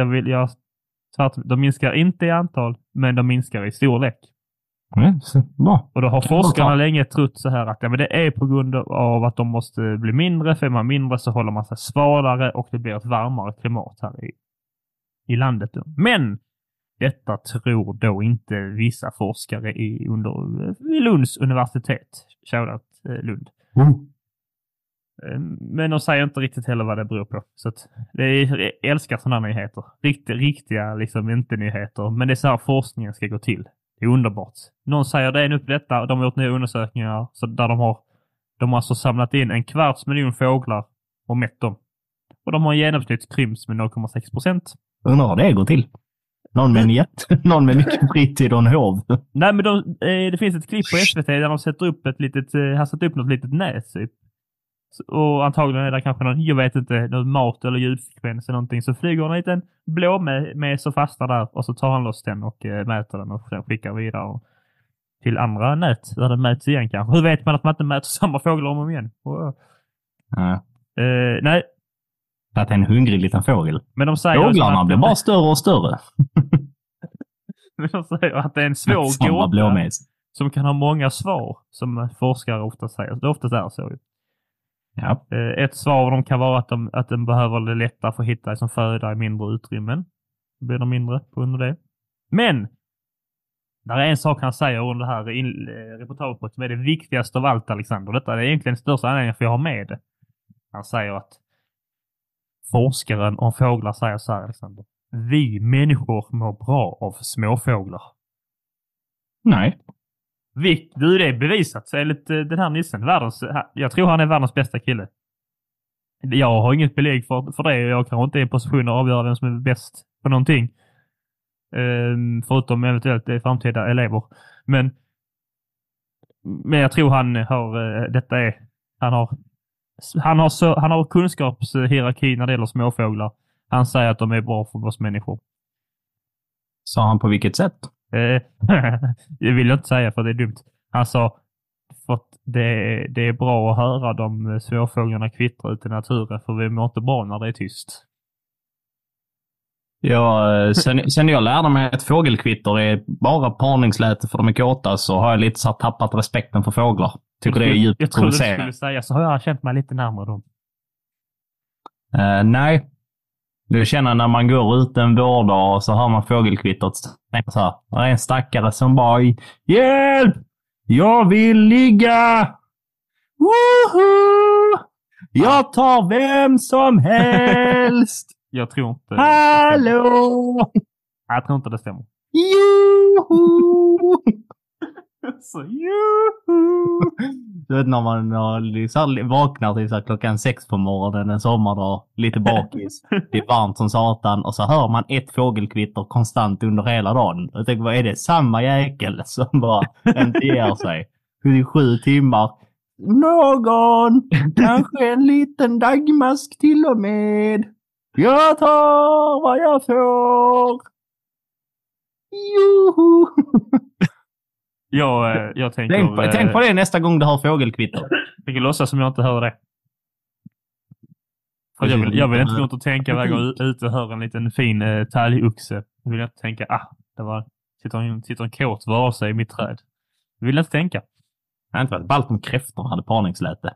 de minskar inte i antal, men de minskar i storlek. Bra. Och då har forskarna länge trott så här att men det är på grund av att de måste bli mindre. För är man mindre så håller man sig svalare och det blir ett varmare klimat här i landet. Då. Men detta tror då inte vissa forskare vid Lunds universitet. Shoutout Lund. Men de säger inte riktigt heller vad det beror på. Så att jag älskar sådana nyheter. Riktiga liksom inte nyheter. Men det är så här forskningen ska gå till. Det är underbart. Någon säger det är nu på detta och de har gjort nya undersökningar så där de har alltså samlat in 250 000 fåglar och mätt dem. Och de har en genomsnittskryms med 0,6%. Undrar vad det går till. Någon med en jet, någon med mycket fritid och en hov. Nej, men det finns ett klipp på SVT där de sätter upp något litet nät typ. Och antagligen är det kanske jag vet inte, något mat eller ljudfrekvens eller någonting. Så flyger en liten blå med så fasta där och så tar han loss den och mäter den och sen skickar vidare till andra nät där den mäts igen kanske. Hur vet man att man inte mäter samma fåglar om och igen? Nej. För att det är en hungrig liten fågel. Men de säger fåglarna blir bara större och större. Men de säger att det är en svår gåta som kan ha många svar som forskare ofta säger. Det ofta är så ju. Ja. Ett svar av dem kan vara att de behöver det lättare för att hitta som föda i mindre utrymmen. Då blir de mindre på grund av det. Men där är en sak han säger under det här reportaget som är det viktigaste av allt, Alexander. Detta är egentligen den största anledningen för jag har med det. Han säger att forskaren om fåglar säger så här, Alexander. Vi människor mår bra av småfåglar. Nej. Du, det är bevisat. Så enligt den här nissen, jag tror han är världens bästa kille. Jag har inget belägg för det. Jag kan inte i en position att avgöra vem som är bäst på någonting. Förutom eventuellt framtida elever. Men jag tror han har han har kunskapshierarki när det gäller småfåglar. Han säger att de är bra för oss människor. Sa han på vilket sätt? Det vill jag inte säga för det är dumt. Han sa för att det är bra att höra de småfåglarna kvittra ut i naturen för vi mår inte bra när det är tyst. Ja, sen jag lärde mig att fågelkvitter är bara parningsläte för de är kåta så har jag lite så tappat respekten för fåglar. Tycker det är djupt provocerande. Jag skulle säga så har jag känt mig lite närmare dem. Nej. Du känner när man går ut en vårdag och så hör man fågelkvittret så här. Det är en stackare som bara hjälp! Jag vill ligga! Woho! Jag tar vem som helst! Jag tror inte. Hallå! Jag tror inte det stämmer. Joho! Så joho! Du vet när man vaknar till så klockan 6 på morgonen en sommardag, lite bakis. Det är varmt som satan och så hör man ett fågelkvitter konstant under hela dagen. Jag tänker, vad är det? Samma jäkel som bara inte ger sig. 7 timmar. Någon! Kanske en liten dagmask till och med. Jag tar vad jag får. Joho! Jag tänker... Tänk på det nästa gång du hör fågelkvitter. Jag kan låtsas som jag inte hör det. För jag vill inte gå och tänka varje gång ut och höra en liten fin talgoxe. Jag vill inte tänka, sitter en kåt varelse i mitt träd. Jag vill inte tänka. Jag har inte varit ballt om kräftor hade parningsläte.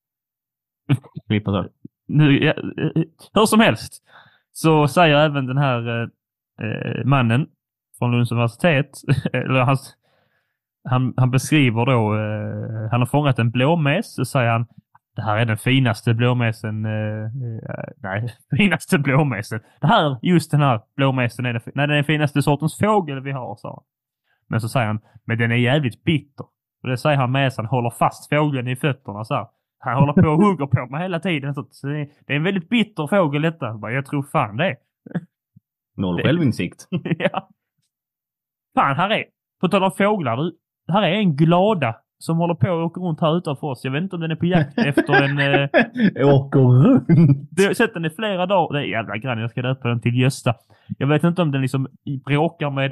Hur som helst så säger även den här mannen från Lunds universitet eller han beskriver då han har fångat en blåmes och säger han det här är den finaste blåmesen finaste blåmesen. Just den här blåmesen är den finaste sortens fågel vi har, sa han. Men så säger han men den är jävligt bitter. Och det säger han med sig, han håller fast fågeln i fötterna så här. Han håller på och hugger på mig hela tiden. Så det är en väldigt bitter fågel detta. Jag tror fan det. Noll självinsikt. Ja. Fan, här är, på tal om fåglar, här är en glada som håller på och åker runt här utanför oss. Jag vet inte om den är på jakt efter en... Åker runt? Jag har sett den i flera dagar. Det är jävla grann, jag ska döpa den till Gösta. Jag vet inte om den liksom bråkar med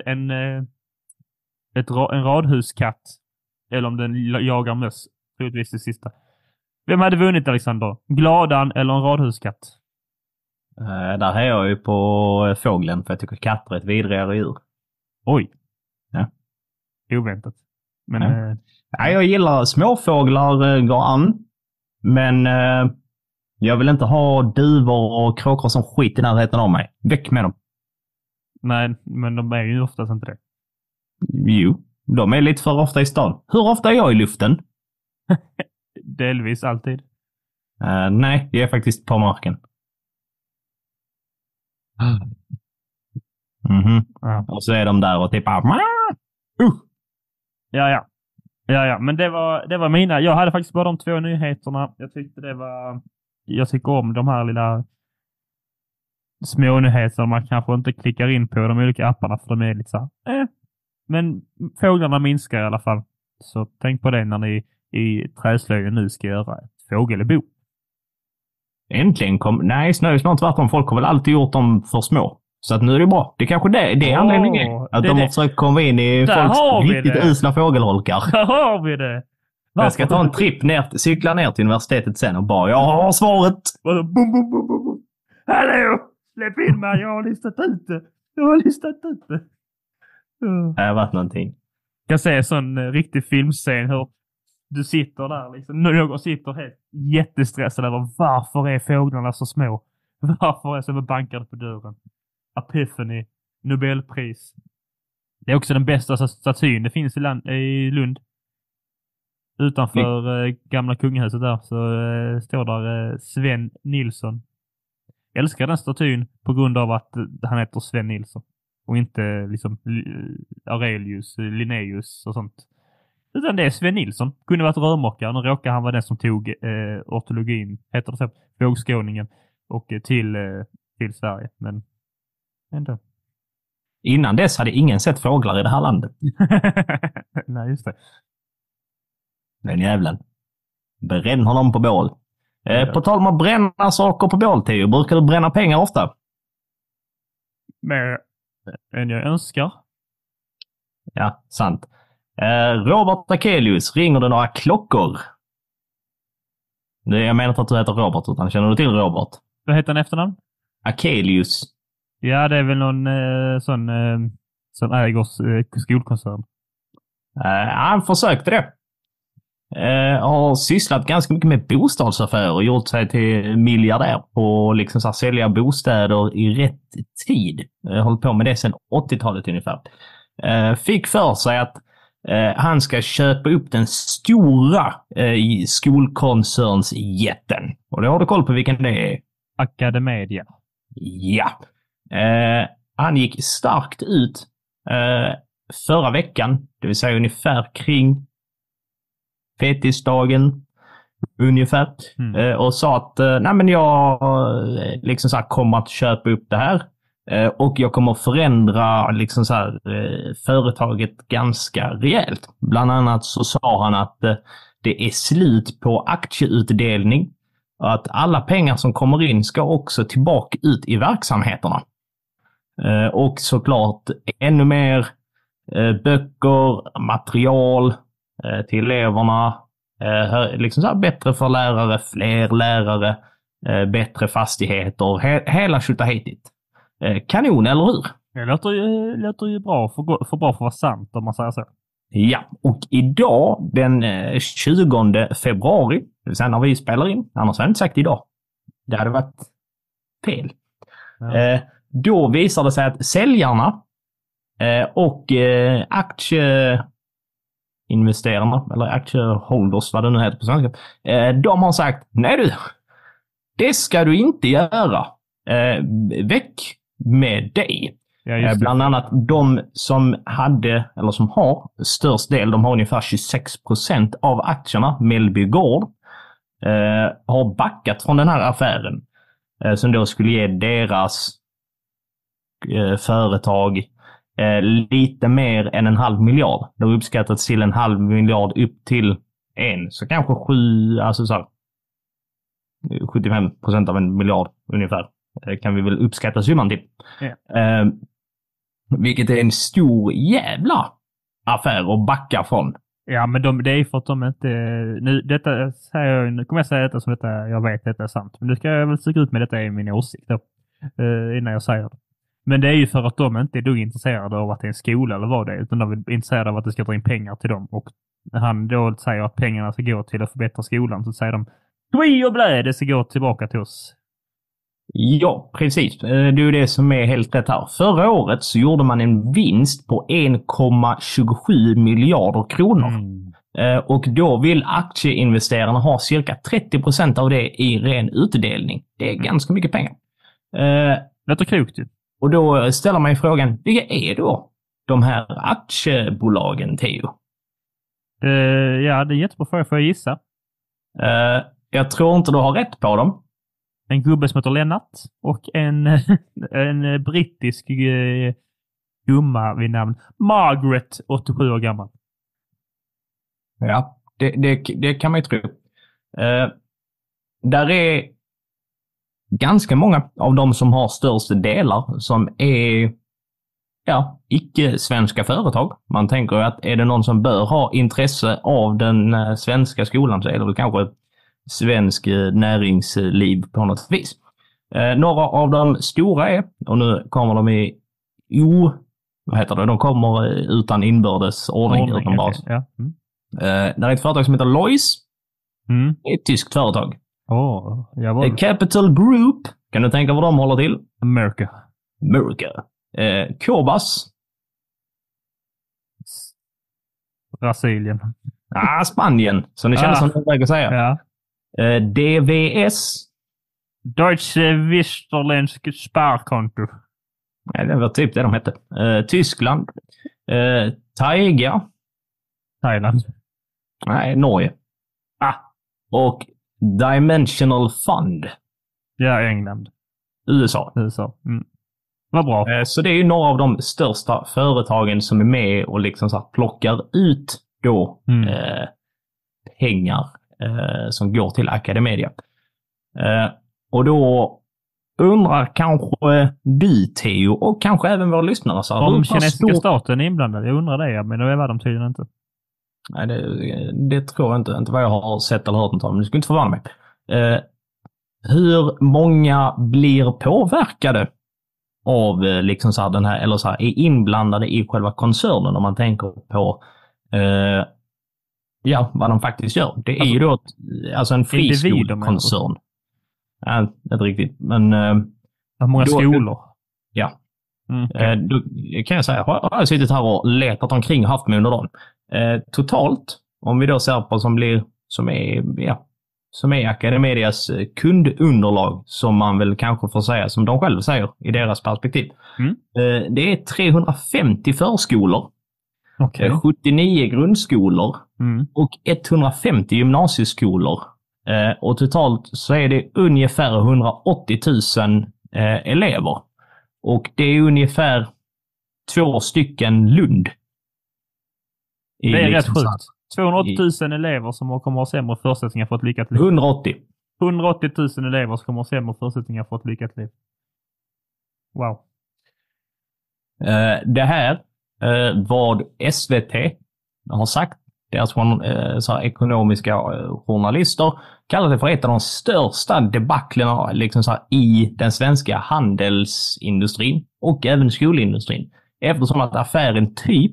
en radhuskatt. Eller om den jagar möss. Troligtvis det sista. Vem hade vunnit, Alexander? Gladan eller en radhuskatt? Där är jag ju på fågeln, för jag tycker katter är ett vidrigare djur. Oj. Ja. Oväntat. Men... Ja, jag gillar småfåglar, går an. Men jag vill inte ha duvor och kråkor som skit i närheten av mig. Väck med dem. Nej, men de är ju oftast inte det. Jo, de är lite för ofta i stan. Hur ofta är jag i luften? Delvis alltid. Nej, jag är faktiskt på marken. Ja. Och så är de där och tippar. Ja, men det var mina. Jag hade faktiskt bara de 2 nyheterna. Jag tyckte jag tycker om de här lilla små nyheterna man kanske inte klickar in på de olika apparna, för de är lite så här. Men fåglarna minskar i alla fall. Så tänk på det när ni i träslöjden nu ska göra ett fågelbo. Äntligen Nej, snarare tvärtom. Folk har väl alltid gjort dem för små. Så att nu är det bra. Det är kanske det är anledningen. Att de har försökt komma in i folks riktigt usla fågelholkar. Där har vi det. Jag ska ta en tripp cykla ner till universitetet sen och bara, jag har svaret. Bum, bum, bum, bum, bum. Hallå! Släpp in mig, jag har listat ut det. Det har varit någonting. Jag ser en sån riktig filmscen hur du sitter där liksom. Någon sitter helt jättestressad över varför är fåglarna så små? Varför är så bankade på dörren? Epiphany, Nobelpris. Det är också den bästa statyn. Det finns i Lund. Utanför gamla kungahuset där så står där Sven Nilsson. Jag älskar den statyn på grund av att han heter Sven Nilsson. Och inte liksom Aurelius, Linnaeus och sånt. Utan det är Sven Nilsson. Kunde varit rörmokare. Nu råkar han vara den som tog ortologin, heter det så, vågskåningen och till Sverige. Men ändå. Innan dess hade ingen sett fåglar i det här landet. Nej, just det. Den jävlen. Bränn honom på bål. På tal om att bränna saker på bål, Theo, brukar du bränna pengar ofta? Mer än jag önskar. Ja, sant. Robert Akelius, ringer det några klockor? Jag menar inte att du heter Robert, utan känner du till Robert? Vad heter han efternamn? Akelius. Ja, det är väl någon sån som äger skolkoncern. Han försökte det. Har sysslat ganska mycket med bostadsaffärer och gjort sig till miljardär på liksom så här, sälja bostäder i rätt tid. Hållit på med det sedan 80-talet ungefär. Fick för sig att han ska köpa upp den stora skolkoncernsjätten. Och det har du koll på vilken det är? Academedia. Ja. Han gick starkt ut förra veckan, det vill säga ungefär kring fetisdagen ungefär. Och sa att nej men jag liksom så här kommer att köpa upp det här. Och jag kommer att förändra liksom så här, företaget ganska rejält. Bland annat så sa han att det är slut på aktieutdelning. Och att alla pengar som kommer in ska också tillbaka ut i verksamheterna. Och såklart ännu mer böcker, material till eleverna. Liksom så här, bättre för lärare, fler lärare, bättre fastigheter. Hela tjottahitigt. Kanon, eller hur? Det låter ju bra för bra för att vara sant, om man säger så. Ja, och idag den 20 februari, det vill säga när vi spelar in, annars har jag inte sagt idag. Det hade varit fel. Ja. Då visar det sig att säljarna och aktieinvesterarna, eller aktieholders, vad det nu heter på svenska, de har sagt, nej du, det ska du inte göra. Väck med dig. Ja, bland annat de som hade, eller som har störst del, de har ungefär 26% av aktierna, Mellby Gård, har backat från den här affären. Som då skulle ge deras företag lite mer än 1/2 miljard. Det har uppskattats till 1/2 miljard upp till så kanske 75% av 1 miljard ungefär kan vi väl uppskatta summan till. Yeah. Vilket är en stor jävla affär att backa från. Ja, men det är för att de inte... Nu kommer jag säga detta som jag vet detta är sant. Men nu ska jag väl söka ut med detta i min åsikt då, innan jag säger det. Men det är ju för att de inte är dugg intresserade av att det är en skola eller vad det är. Utan de är intresserade av att det ska dra in pengar till dem. Och när han då säger att pengarna ska gå till att förbättra skolan, så säger de det ska gå tillbaka till oss. Ja, precis. Det är ju det som är helt rätt här. Förra året så gjorde man en vinst på 1,27 miljarder kronor. Och då vill aktieinvesterarna ha cirka 30% av det i ren utdelning. Det är ganska mycket pengar. Låter klokt ju. Och då ställer man ju frågan, vilka är då de här aktiebolagen, Theo? Ja, det är jättebra fråga, får jag gissa. Jag tror inte du har rätt på dem. En gubbe som heter Lennart och en brittisk gumma vid namn Margaret, 87 år gammal. Ja, det kan man ju tro. Där är ganska många av de som har största delar som är icke-svenska företag. Man tänker att är det någon som bör ha intresse av den svenska skolan, så är det väl kanske svensk näringsliv på något vis. Några av de stora är, och nu kommer de de kommer utan inbördes ordning utan bas. Okay. Ja. Där är ett företag som heter Lois. Det är ett tyskt företag. Capital Group. Kan du tänka vad de håller till? America. Cobas. Brasilien. Spanien. Så ni känner som jag väger säga. Ja. DWS. Deutsche Westerländsk Sparkonto. Ja, det var typ det de hette. Tyskland. Thailand. Nej, Norge. Och Dimensional Fund. Ja, England. USA. Vad bra. Så det är ju några av de största företagen som är med och liksom så här plockar ut då pengar som går till Academedia. Och då undrar kanske du, Theo, och kanske även våra lyssnare. Så om kinesiska staten är inblandad, jag undrar det, men det var de tydligen inte. Nej, det tror jag inte. Inte vad jag har sett eller hört något om, men det skulle inte förvåna mig. Hur många blir påverkade av liksom så här, den här, eller så här, är inblandade i själva koncernen om man tänker på vad de faktiskt gör. Det är ju då en friskolekoncern. Inte riktigt, men... Hur många skolor? Ja. Då kan jag säga, har jag suttit här och letat omkring och haft mig under dagen. Totalt, om vi då ser på som är Academedias kundunderlag, som man väl kanske får säga, som de själva säger i deras perspektiv. Det är 350 förskolor, 79 grundskolor och 150 gymnasieskolor. Och totalt så är det ungefär 180 000 elever. Och det är ungefär 2 stycken Lund. Det är rätt sjukt. 280 000 elever som kommer att ha sämre förutsättningar för ett lyckat liv. 180 000 elever som kommer att ha sämre förutsättningar för ett lyckat liv. Wow. Det här vad SVT har sagt, deras ekonomiska journalister kallar det för ett av de största debaclerna liksom i den svenska handelsindustrin och även skolindustrin. Eftersom att affären typ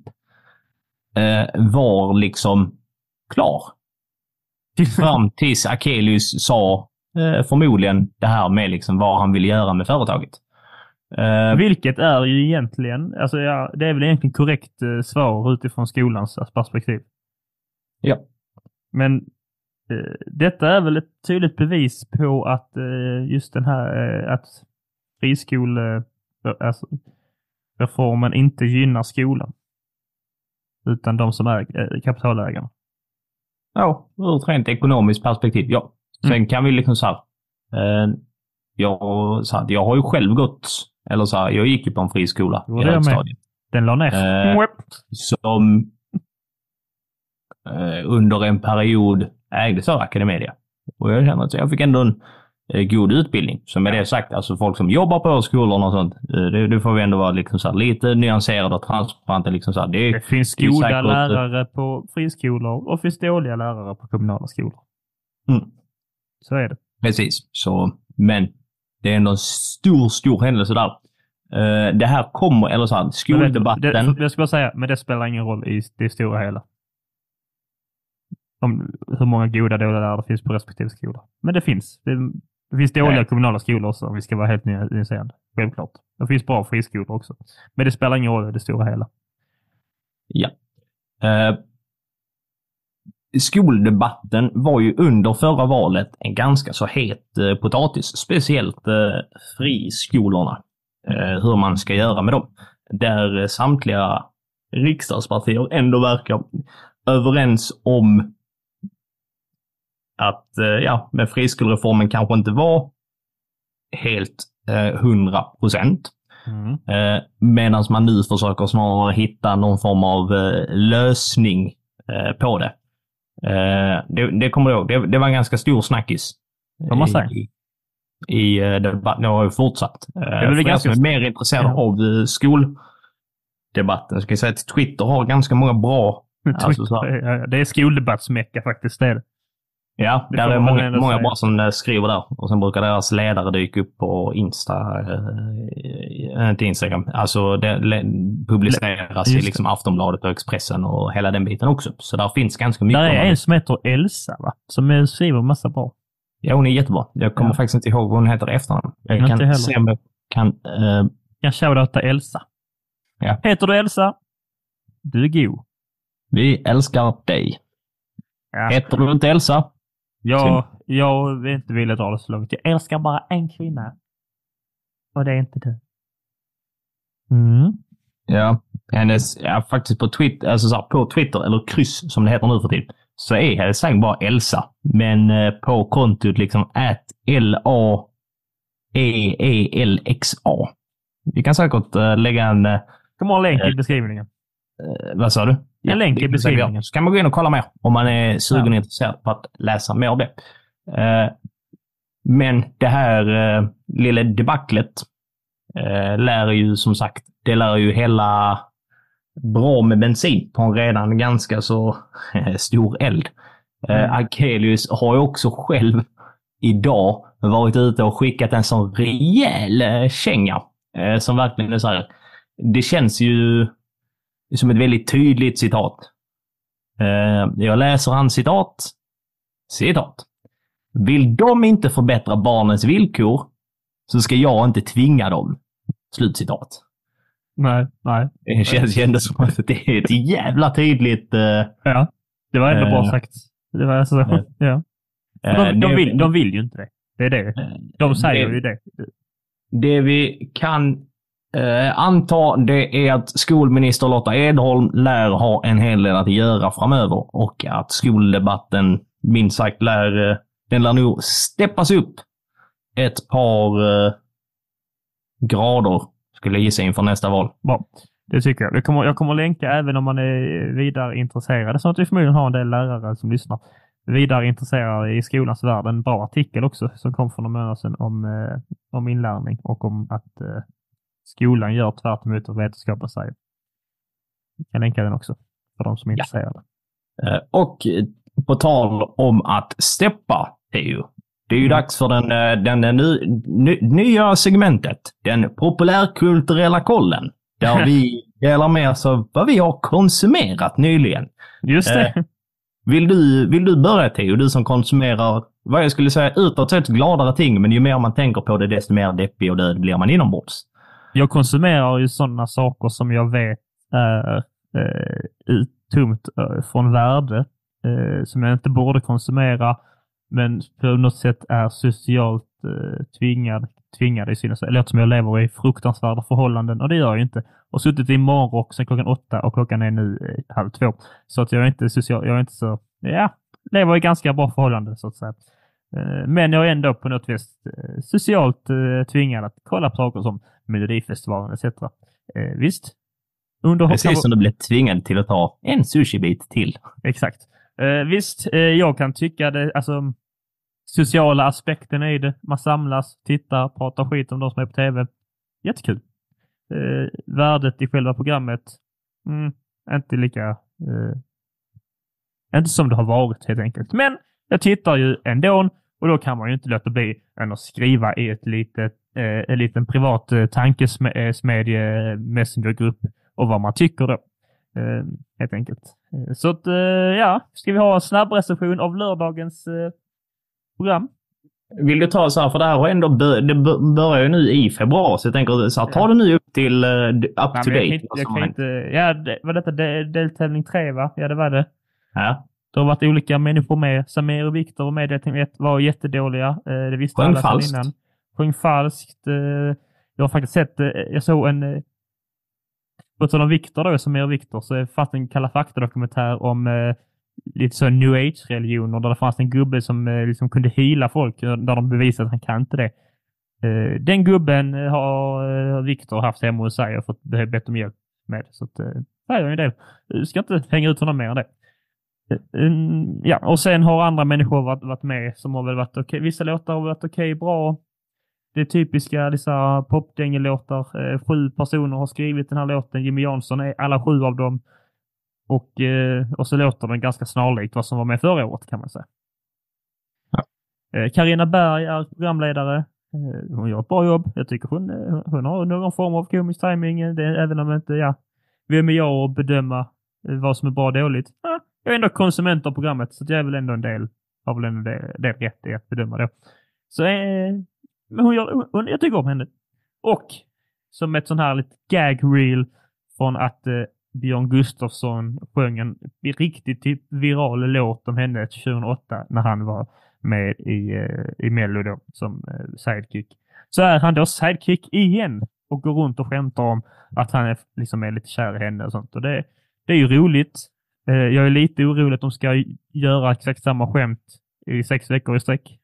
var liksom klar. Fram tills Akelius sa förmodligen det här med liksom vad han vill göra med företaget. Vilket är ju egentligen, det är väl egentligen korrekt svar utifrån skolans perspektiv. Ja. Men detta är väl ett tydligt bevis på att just den här att reformen inte gynnar skolan. Utan de som är kapitalägarna. Ja, ur ett rent ekonomiskt perspektiv, ja. Sen kan vi liksom jag har ju själv gått eller så här, jag gick ju på en friskola i högstadiet. Den la ner. Som under en period ägdes av Academedia. Och jag känner att jag fick ändå en god utbildning. Så med det sagt, alltså folk som jobbar på skolorna och sånt, det får vi ändå vara liksom så här, lite nyanserade och transparenta. Liksom så här. Det finns goda lärare på friskolor och finns dåliga lärare på kommunala skolor. Mm. Så är det. Precis. Så, men det är ändå en stor händelse där. Det här kommer, eller så här, skoldebatten... Jag ska bara säga, men det spelar ingen roll i det stora hela. Om hur många goda dåliga lärare det finns på respektive skola. Men det finns. Det finns dåliga kommunala skolor också, om vi ska vara helt nyanserande. Självklart. Det finns bra friskolor också. Men det spelar ingen roll i det stora hela. Ja. Skoldebatten var ju under förra valet en ganska så het potatis. Speciellt friskolorna. Hur man ska göra med dem. Där samtliga riksdagspartier ändå verkar överens om att med friskolereformen kanske inte var helt 100%. Medan man nu försöker snarare hitta någon form av lösning på det. Det kommer jag ihåg. Det var en ganska stor snackis. Kan man säga. I debatten. Det har ju fortsatt. För jag som är mer intresserad av skoldebatten. Så kan jag säga att Twitter har ganska många bra... det är skoldebattsmäcka faktiskt. Det är det. Ja, där är många bra som skriver där. Och sen brukar deras ledare dyka upp på inte Instagram. Alltså det publiceras i liksom Aftonbladet och Expressen och hela den biten också. Så där finns ganska mycket. Där är en som heter Elsa, va? Som skriver en massa bra. Ja, hon är jättebra. Jag kommer faktiskt inte ihåg vad hon heter efternamn. Jag kan se om jag kan... Jag shoutouta Elsa. Ja. Heter du Elsa? Du är god. Vi älskar dig. Ja. Heter du inte Elsa? Jag vill inte vilja dra det så långt. Jag älskar bara en kvinna. Och det är inte du. Ja, faktiskt på Twitter, alltså så här, på Twitter, eller kryss som det heter nu för tiden, så är Helsing bara Elsa. Men på kontot liksom LAEELXA. Vi kan säkert lägga en... Kom en länk i beskrivningen. Vad sa du? En länk i beskrivningen. Så kan man gå in och kolla mer om man är sugen och intresserad på att läsa mer av det. Men det här lilla debaclet lär ju som sagt, det lär ju hela bra med bensin på en redan ganska så stor eld. Akelius har ju också själv idag varit ute och skickat en sån rejäl känga som verkligen är så här. Det känns ju som ett väldigt tydligt citat. Jag läser hans citat. Vill de inte förbättra barnens villkor så ska jag inte tvinga dem. Slutcitat. Nej. Det känns ju ändå som att det är ett jävla tydligt... Ja, det var ändå bra sagt. Det var alltså... Ja. De vill ju inte det. Det är det. De säger ju det. Det vi kan anta det är att skolminister Lotta Edholm lär ha en hel del att göra framöver och att skoldebatten minst sagt lär nog steppas upp ett par grader skulle jag gissa inför nästa val. Bra, det tycker jag. Jag kommer länka även om man är vidare intresserad. Så att vi förmodligen har en del lärare som lyssnar. Vidare intresserade i skolans värld. En bra artikel också som kom för några månader sedan om inlärning och om att skolan gör tvärt emot vad vetenskapen säger. Jag kan länka den också för de som är intresserade. Och på tal om att steppa, Theo. Det är ju dags för den nya segmentet. Den populärkulturella kollen. Där vi delar med oss av vad vi har konsumerat nyligen. Just det. Vill du börja, Theo? Du som konsumerar, vad jag skulle säga, utåt sett gladare ting. Men ju mer man tänker på det, desto mer deppig och död blir man inombords. Jag konsumerar ju sådana saker som jag vet är uttomt från värde. Som jag inte borde konsumera. Men på något sätt är socialt tvingad i sina... Eller som jag lever i fruktansvärda förhållanden. Och det gör jag inte. Och suttit i morgon sen klockan 8 och klockan är nu 1:30. Så att jag är inte social... Jag är inte så... Ja, lever i ganska bra förhållanden så att säga. Men jag är ändå på något vis socialt tvingad att kolla på saker som Melodifestivalen etc. Visst. Precis som du blev tvingad till att ta en sushi-bit till. Exakt. Visst, jag kan tycka det, alltså sociala aspekten i det. Man samlas, tittar, pratar skit om de som är på tv. Jättekul. Värdet i själva programmet inte lika inte som det har varit helt enkelt. Men jag tittar ju ändå och då kan man ju inte låta bli än att skriva i en liten privat tankesmedje messengergrupp och vad man tycker då. Helt enkelt. Så att, ska vi ha en snabb recension av lördagens program? Vill du ta så här, för det här har ändå det börjar ju nu i februari, så jag tänker så här, tar du nu upp till up to date? Jag kan inte, var detta deltävling 3 va? Ja, det var det. Ja. Det har varit olika människor med. Samir och Viktor och med deltävling 1 var jättedåliga. Det visste alla sedan innan. Sjöng falskt. Jag har faktiskt sett, jag såg en på tal om Viktor då, Samir och Viktor, så är fast en Kalla fakta-dokumentär om lite så new age-religioner där det fanns en gubbe som liksom kunde hila folk där de bevisade att han kan inte det. Den gubben har Viktor haft hemma hos sig och fått bett om hjälp med. Så att, det är en del. Du ska inte hänga ut honom mer än det. Ja, och sen har andra människor varit med som har väl varit okej. Vissa låtar har varit okej, bra. Det är typiska dessa popdängelåtar. 7 personer har skrivit den här låten. Jimmy Jansson är alla 7 av dem. Och så låter den ganska snarlikt vad som var med förra året kan man säga. Ja. Carina Berg är programledare. Hon gör ett bra jobb. Jag tycker hon har någon form av komisk timing. Även om inte, vem är jag att bedöma vad som är bra och dåligt. Jag är ändå konsument av programmet så jag är väl ändå en del rätt i att bedöma det. Så men jag tycker om henne. Och som ett sån här litet gag reel från att Björn Gustafsson sjöng en riktigt typ viral låt om henne 2008 när han var med i Mello då, som sidekick. Så är han då sidekick igen och går runt och skämtar om att han är lite kär i henne och sånt. Och det är ju roligt. Jag är lite orolig att de ska göra exakt samma skämt i 6 veckor i sträck.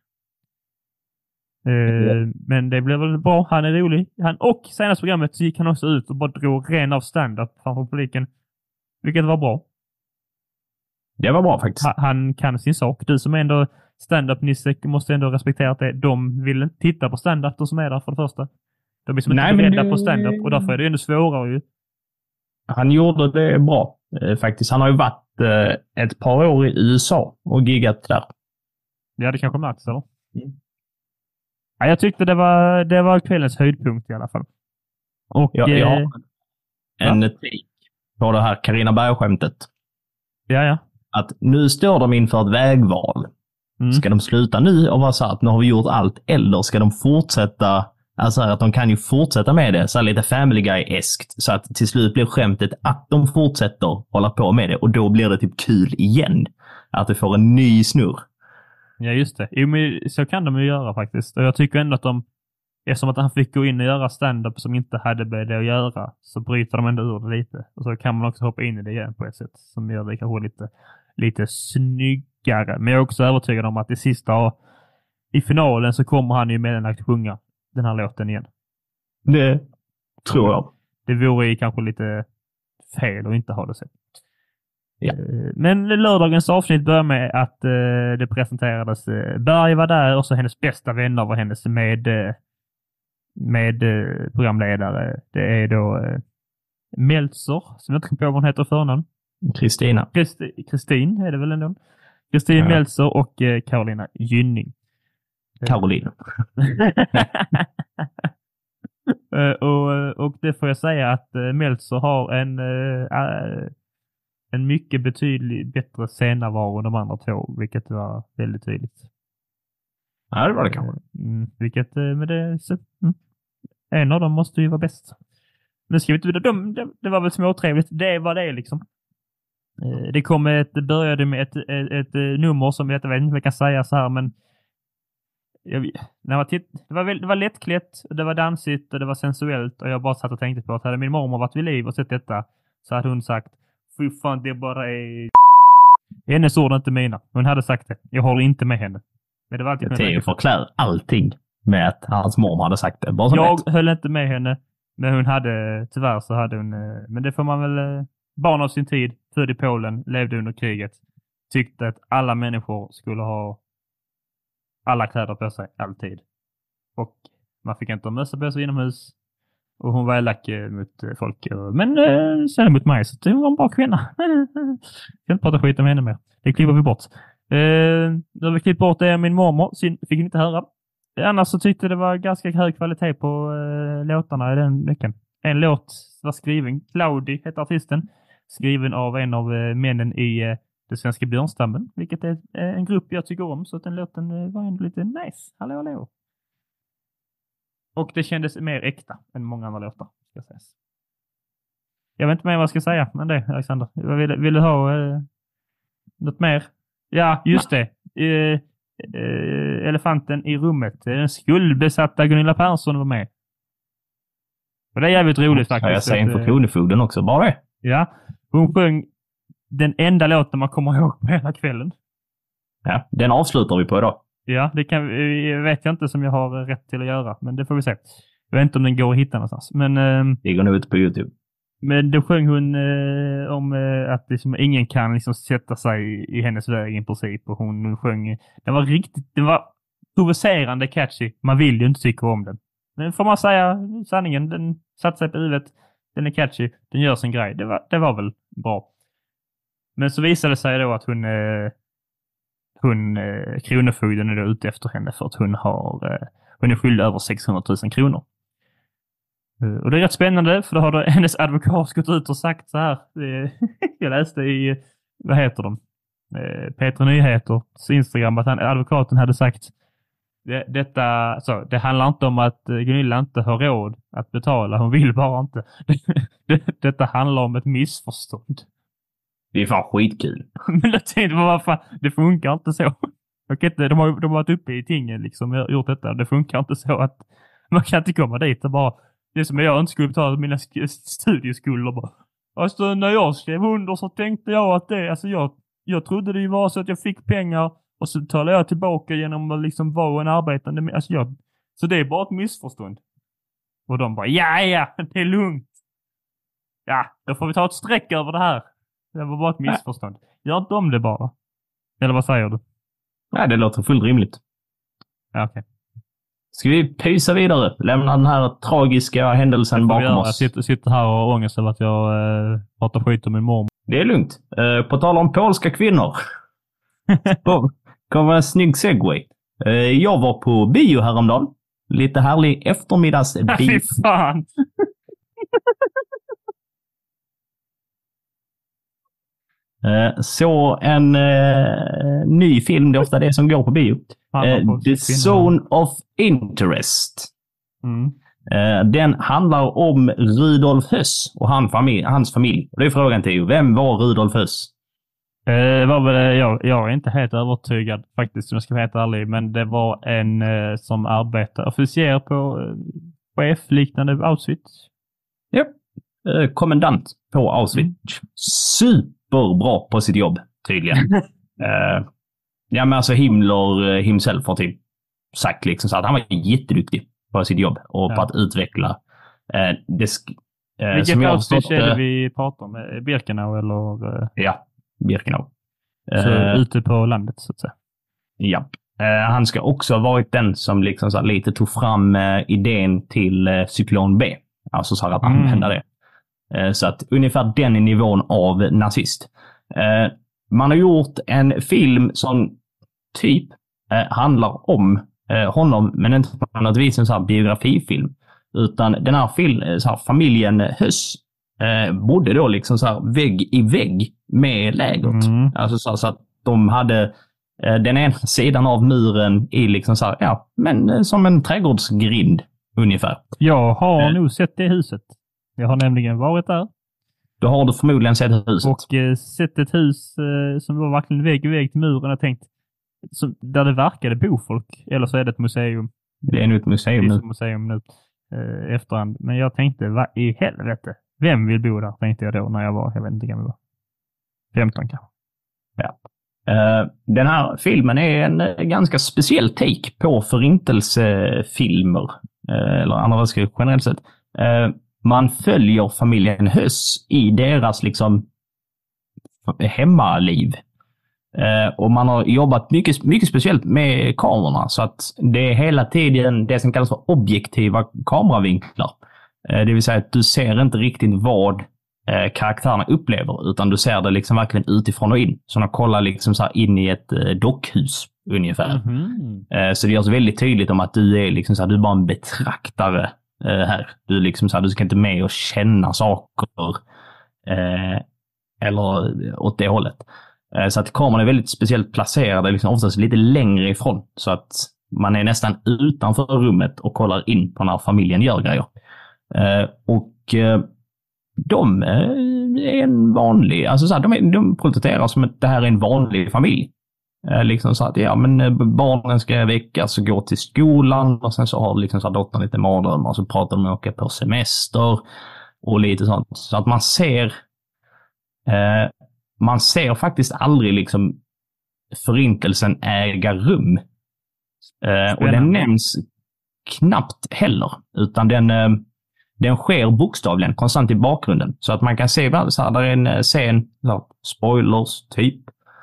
Men det blev väl bra. Han är rolig. Och senast programmet så gick han också ut och bara drog ren av stand-up framför publiken. Vilket var bra. Det var bra faktiskt. Han kan sin sak. Du som är ändå stand-up-nisse måste ändå respektera att de vill inte titta på stand-up de som är där för det första. De är som inte beredda på stand-up och därför är det ännu svårare ju. Han gjorde det bra faktiskt. Han har ju varit ett par år i USA och giggat där. Ja, det kanske märks eller? Ja, jag tyckte det var kvällens höjdpunkt i alla fall. Och ja. En take på det här Carina Berg-skämtet. Ja. Att nu står de inför ett vägval. Ska de sluta nu och vara så att nu har vi gjort allt, eller ska de fortsätta, alltså att de kan ju fortsätta med det så lite Family Guy-eskt, så att till slut blir skämtet att de fortsätter hålla på med det och då blir det typ kul igen. Att det får en ny snurr. Ja, just det. Jo, men så kan de ju göra faktiskt. Och jag tycker ändå att eftersom att han fick gå in och göra stand-up som inte hade med det att göra, så bryter de ändå ur det lite. Och så kan man också hoppa in i det igen på ett sätt som gör det kanske lite snyggare. Men jag är också övertygad om att i finalen så kommer han ju med att sjunga den här låten igen. Det tror jag. Det vore ju kanske lite fel att inte ha det så. Ja. Men lördagens avsnitt börjar med att det presenterades. Berg var där och så hennes bästa vänner var hennes med programledare. Det är då Meltzer, som jag inte kommer på vad hon heter förnamn. Kristin är det väl ändå. Kristin Meltzer och Carolina Gynning. Carolina. och det får jag säga att Meltzer har en mycket betydligt bättre scenavaro än de andra 2, vilket var väldigt tydligt. Ja, det var det kanske. Vilket med det en av dem måste ju vara bäst. Men ska vi inte det var väl småtrevligt. Det var det liksom. Det började med ett nummer som jag vet inte vad jag kan säga så här, men det var lättklätt, det var dansigt och det var sensuellt och jag bara satt och tänkte på att hade min mormor varit vid liv och sett detta så hade hon sagt fy fan, det bara är hennes ord, inte mina. Hon hade sagt det. Jag håller inte med henne. Men det var alltid Theo förklär allting med att hans mormor hade sagt det. Bara jag höll inte med henne, men hon hade, tyvärr så hade hon, men det får man väl, barn av sin tid, född i Polen, levde under kriget, tyckte att alla människor skulle ha alla kläder på sig, alltid. Och man fick inte ha mössa på sig inomhus. Och hon var elak mot folk. Men sen mot mig, så hon var en bra kvinna. Jag kan inte prata skit om henne mer. Det klipper vi bort. Då har vi klippt bort det. Min mormor fick inte höra. Annars så tyckte det var ganska hög kvalitet på låtarna i den veckan. En låt var skriven, Cloudy heter artisten, skriven av en av männen i det svenska Björnstammen, vilket är en grupp jag tycker om, så att den låten var ändå lite nice. Hallå. Och det kändes mer äkta än många andra låtar, ska sägas. Jag vet inte mer vad jag ska säga, men det, Alexander. Jag vill du ha något mer? Ja, just det. Elefanten i rummet. Den skuldbesatta Gunilla Persson var med. Och det är jävligt roligt faktiskt. Ja, jag säger inför kronofogden också, bara det. Ja, hon sjöng den enda låten man kommer ihåg på hela kvällen. Ja, den avslutar vi på idag. Ja, det vet jag inte som jag har rätt till att göra, men det får vi se. Jag vet inte om den går att hitta någonstans. Men, det går nog ut på YouTube. Men då sjöng hon om att liksom, ingen kan liksom sätta sig i hennes väg i princip. Och hon sjöng, den var provocerande catchy. Man vill ju inte tycka om den. Men får man säga sanningen, den satt sig på huvudet. Den är catchy, den gör sin grej. Det var väl bra. Men så visade det sig då att kronofogden är då ute efter henne för att hon är skyldig över 600 000 kronor. Och det är rätt spännande, för då har hennes advokat gått ut och sagt så här. Jag läste i, vad heter de? Petra Nyheters Instagram att advokaten hade sagt det handlar inte om att Gunilla inte har råd att betala. Hon vill bara inte. Detta handlar om ett missförstånd. Det är fan skitkul. Men jag tänkte, vad fan, det funkar inte så. De har varit uppe i tingen liksom, gjort detta. Det funkar inte så att man kan inte komma dit och bara, det som jag inte skulle betala mina studieskulder bara. Alltså när jag skrev under så tänkte jag att jag trodde det var så att jag fick pengar och så betalade jag tillbaka genom att liksom vara en arbetande. Så det är bara ett missförstånd. Och de bara, ja, det är lugnt. Ja, då får vi ta ett streck över det här. Det var bara ett missförstånd. Gör inte om det bara. Eller vad säger du? Nej, det låter fullt rimligt. Ja, okej. Ska vi pysa vidare? Lämna den här tragiska händelsen bakom oss. Jag sitter här och ångest över att jag pratar skit om min mormor. Det är lugnt. På tal om polska kvinnor. Kommer en snygg segway. Jag var på bio häromdagen. Lite härlig eftermiddagsbio. Fy fan! Så en ny film, det är ofta det som går på bio. The Zone of Interest. Den handlar om Rudolf Höss och hans familj. Och det är frågan till vem var Rudolf Höss? Jag är inte helt övertygad faktiskt, om jag ska vara helt ärlig. Men det var en som arbetar officer på chef-liknande Auschwitz. Ja, kommendant på Auschwitz. Superbra på sitt jobb, tydligen. Ja, men alltså Himmler himself har typ sagt liksom så att han var jätteduktig på sitt jobb och på att utveckla vilket Auschwitz är det vi pratar om? Birkenau eller? Ja, Birkenau. Så ute på landet så att säga. Ja. Han ska också ha varit den som liksom så lite tog fram idén till cyklon B. Alltså så att använda det. Så att ungefär den nivån av nazist. Man har gjort en film som typ handlar om honom, men inte på något vis en så här biografifilm. Utan den här familjen Höss bodde då liksom så här vägg i vägg med lägret. Alltså så att de hade den ena sidan av muren i liksom så här, men som en trädgårdsgrind ungefär. Jag har nog sett det huset. Jag har nämligen varit där. Då har du förmodligen sett huset. Och sett ett hus som var verkligen vägg i vägg till muren och tänkt där det verkade bo folk. Eller så är det ett museum. Det är nu ett museum nu. Museum nu efterhand. Men jag tänkte, vad i helvete? Vem vill bo där? Tänkte jag då när jag vet inte, kan vi vara 15 kanske. Ja. Den här filmen är en ganska speciell take på förintelsefilmer. Eller andra världskriget generellt sett. Man följer familjen Höss i deras liksom hemmaliv. Och man har jobbat mycket speciellt med kamerorna. Så att det är hela tiden det som kallas för objektiva kameravinklar. Det vill säga att du ser inte riktigt vad karaktärerna upplever, utan du ser det liksom verkligen utifrån och in. Så de kollar liksom så här in i ett dockhus ungefär. Så det görs väldigt tydligt om att du är liksom så här, du är bara en betraktare här. Du är liksom så här, du ska inte med och känna saker eller åt det hållet. Så att kameran är väldigt speciellt placerad, liksom oftast lite längre ifrån, så att man är nästan utanför rummet och kollar in på när familjen gör grejer. Och de är en vanlig, alltså så här, de porträtterar som att det här är en vanlig familj. Liksom så att ja, men barnen ska väckas och gå till skolan, och sen så har liksom så här dottern lite mardrömmar, och så pratar de om att åka på semester och lite sånt. Så att man ser faktiskt aldrig liksom förintelsen äga rum. Och den nämns knappt heller, utan den sker bokstavligen konstant i bakgrunden. Så att man kan se så här, där är en scen, spoilers typ,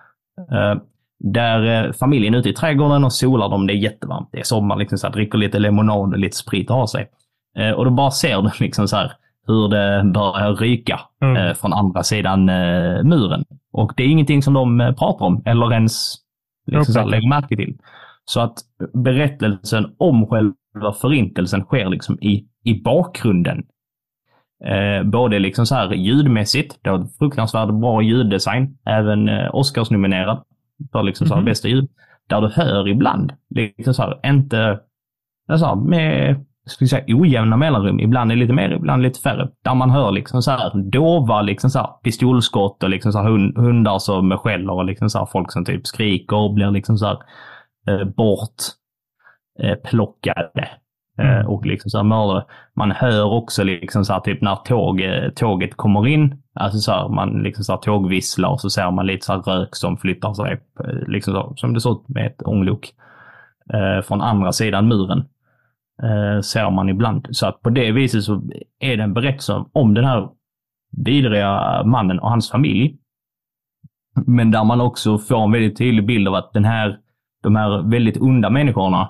där familjen är ute i trädgården och solar dem. Det är jättevarmt. Det är sommar, liksom så här, dricker lite lemonad och lite sprit och har sig. Och då bara ser du liksom så här hur det börjar ryka från andra sidan muren. Och det är ingenting som de pratar om eller ens liksom så här, lägger märke till. Så att berättelsen om själva förintelsen sker liksom i bakgrunden. Både liksom så här ljudmässigt, det var fruktansvärt bra ljuddesign, även Oscars-nominerad för liksom så här bästa ljud, där du hör ibland liksom så här, inte så här, med ska vi säga ojämna mellanrum, ibland är lite mer, ibland lite färre, där man hör liksom så här dova liksom så här pistolskott och liksom så här hundar som skäller och liksom så här folk som typ skriker och blir liksom så här plockade och liksom så här mördare. Man hör också liksom så här typ när tåget kommer in, alltså så här, man liksom så här tågvisslar, och så ser man lite så här rök som flyttar sig liksom så, som det såg med ett ånglok från andra sidan muren. Ser man ibland. Så att på det viset så är det en berättelse om den här vidriga mannen och hans familj. Men där man också får en väldigt tydlig bild av att de här väldigt onda människorna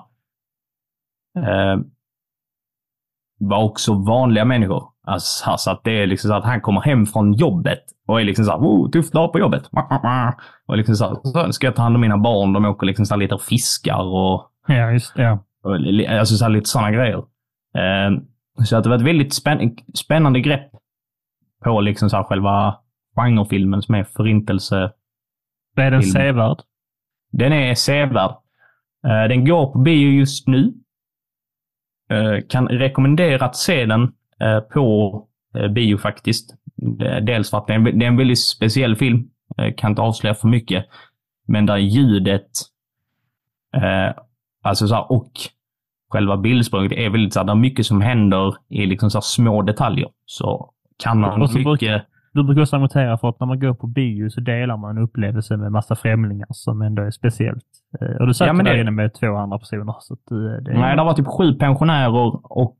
var också vanliga människor. Alltså att det är liksom så att han kommer hem från jobbet och är liksom så här, tufft dag på jobbet. Och liksom så ska jag ta hand om mina barn, de åker liksom så här lite och fiskar och ja, just det. Ja. Alltså så här, lite sådana grejer. Så att det var ett väldigt spännande grepp på liksom så här själva genrefilmen som är förintelse. Är den sevärd? Den är sevärd. Den går på bio just nu. Kan rekommendera att se den på bio faktiskt. Dels för att det är en väldigt speciell film. Kan inte avslöja för mycket. Men där ljudet alltså så här, och själva bildspråket är väldigt så här, det är mycket som händer i liksom så här små detaljer. Så kan man mycket... Du brukar också notera för att när man går på bio så delar man en upplevelse med massa främlingar som ändå är speciellt. Och du satt där inne med 2 andra personer. Så att nej, det var typ 7 pensionärer och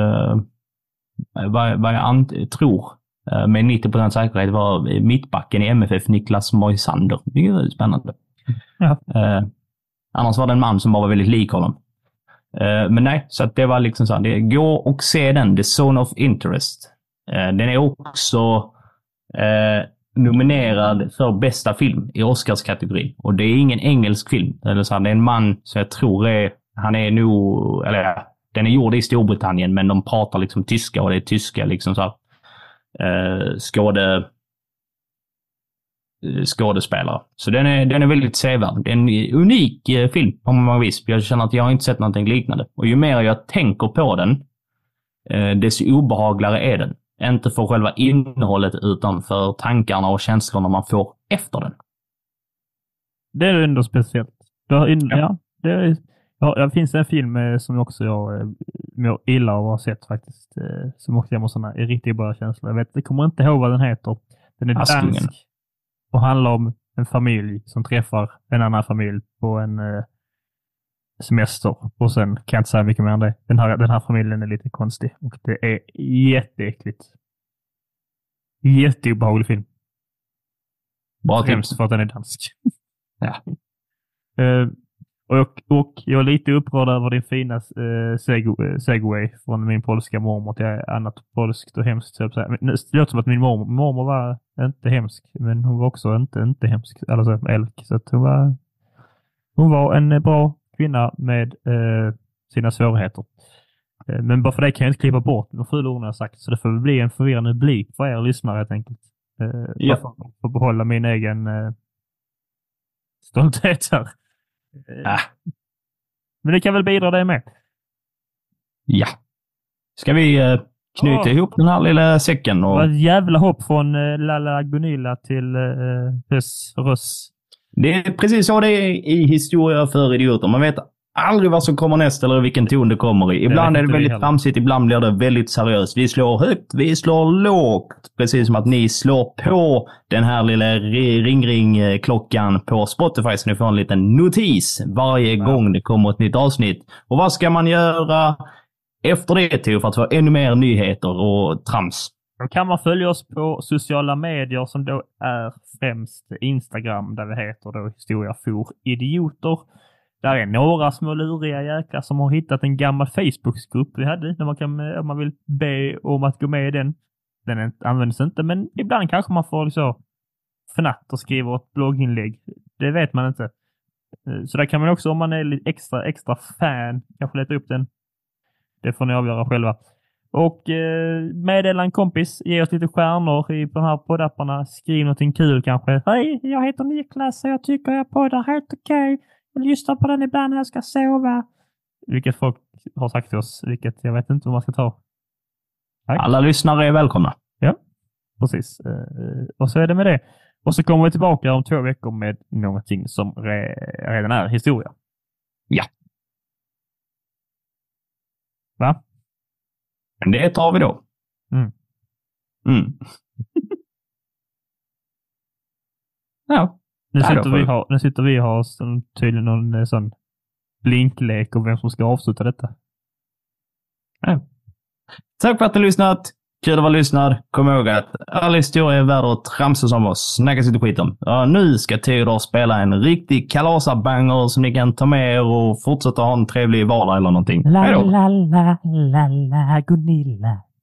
vad jag tror med 90% säkerhet var mittbacken i MFF, Niklas Moisander. Det är spännande. Ja. Annars var det en man som bara var väldigt lik honom. Men nej, så att det var liksom så här, det går och se den, The Zone of Interest. Den är också nominerad för bästa film i Oscars-kategorin. Och det är ingen engelsk film. Eller så här, det är en man som jag tror den är gjord i Storbritannien, men de pratar liksom tyska, och det är tyska liksom så här, skådespelare. Så den är väldigt sevärd. Det är en unik film på många vis. Jag känner att jag har inte sett någonting liknande. Och ju mer jag tänker på den, desto obehagligare är den. Inte för själva innehållet, utan för tankarna och känslorna man får efter den. Det är ändå speciellt. Det finns en film som också jag mår illa av att ha sett faktiskt. Som också har sådana riktigt bra känslor. Jag kommer inte ihåg vad den heter. Den är dansk och handlar om en familj som träffar en annan familj på en semester. Och sen kan jag inte säga mycket mer än det. Den här familjen är lite konstig. Och det är jätteäckligt. Jätteobehaglig film. Bra Främst för att den är dansk. Ja. Och jag är lite upprörd över din fina segway från min polska mormor till annat polskt och hemskt. Men det låter som att min mormor var inte hemsk, men hon var också inte hemsk. Alltså elk. Så att hon var en bra kvinna med sina svårigheter. Men bara för det kan jag inte klippa bort de fula orden jag sagt. Så det får bli en förvirrande blik för er lyssnare helt enkelt. Ja. För att behålla min egen stolthet här. Men det kan väl bidra det med. Ja. Ska vi knyta ihop den här lilla säcken? Och... Det var ett jävla hopp från Lalla Gunilla till Röss. Det är precis så det är i historia för idioter. Man vet aldrig vad som kommer näst eller vilken ton det kommer i. Ibland är det väldigt framsigt, ibland blir det väldigt seriöst. Vi slår högt, vi slår lågt. Precis som att ni slår på den här lilla ring-ring-klockan på Spotify så ni får en liten notis varje gång det kommer ett nytt avsnitt. Och vad ska man göra efter det till för att få ännu mer nyheter och trams? Då kan man följa oss på sociala medier som då är främst Instagram där vi heter då Historia for idioter. Där är några små luriga jäklar som har hittat en gammal Facebookgrupp vi hade. Där man kan, om man vill be om att gå med i den. Den används inte, men ibland kanske man får så fnatt och skriva ett blogginlägg. Det vet man inte. Så där kan man också, om man är lite extra fan, kanske leta upp den. Det får ni avgöra själva. Och meddela en kompis, ge oss lite stjärnor på de här poddapparna. Skriv någonting kul kanske. Hej, jag heter Niklas och jag tycker jag poddar helt okej. Jag lyssnar på den ibland när jag ska sova. Vilket folk har sagt till oss. Vilket jag vet inte vad man ska ta. Tack. Alla lyssnare är välkomna. Ja, precis. Och så är det med det. Och så kommer vi tillbaka om 2 veckor med någonting som redan är historia. Ja. Va? Men det tar vi då. Ja. Nu sitter vi och har tydligen någon sån blinklek om vem som ska avsluta detta. Ja. Tack för att du har lyssnat. Kul att vara lyssnad. Kom ihåg att all historia är värd att tramsa som oss. Snackas inte skit om. Ja, nu ska Theodor spela en riktig kalasabanger som ni kan ta med er och fortsätta ha en trevlig vardag eller någonting. La la la la la Gunilla.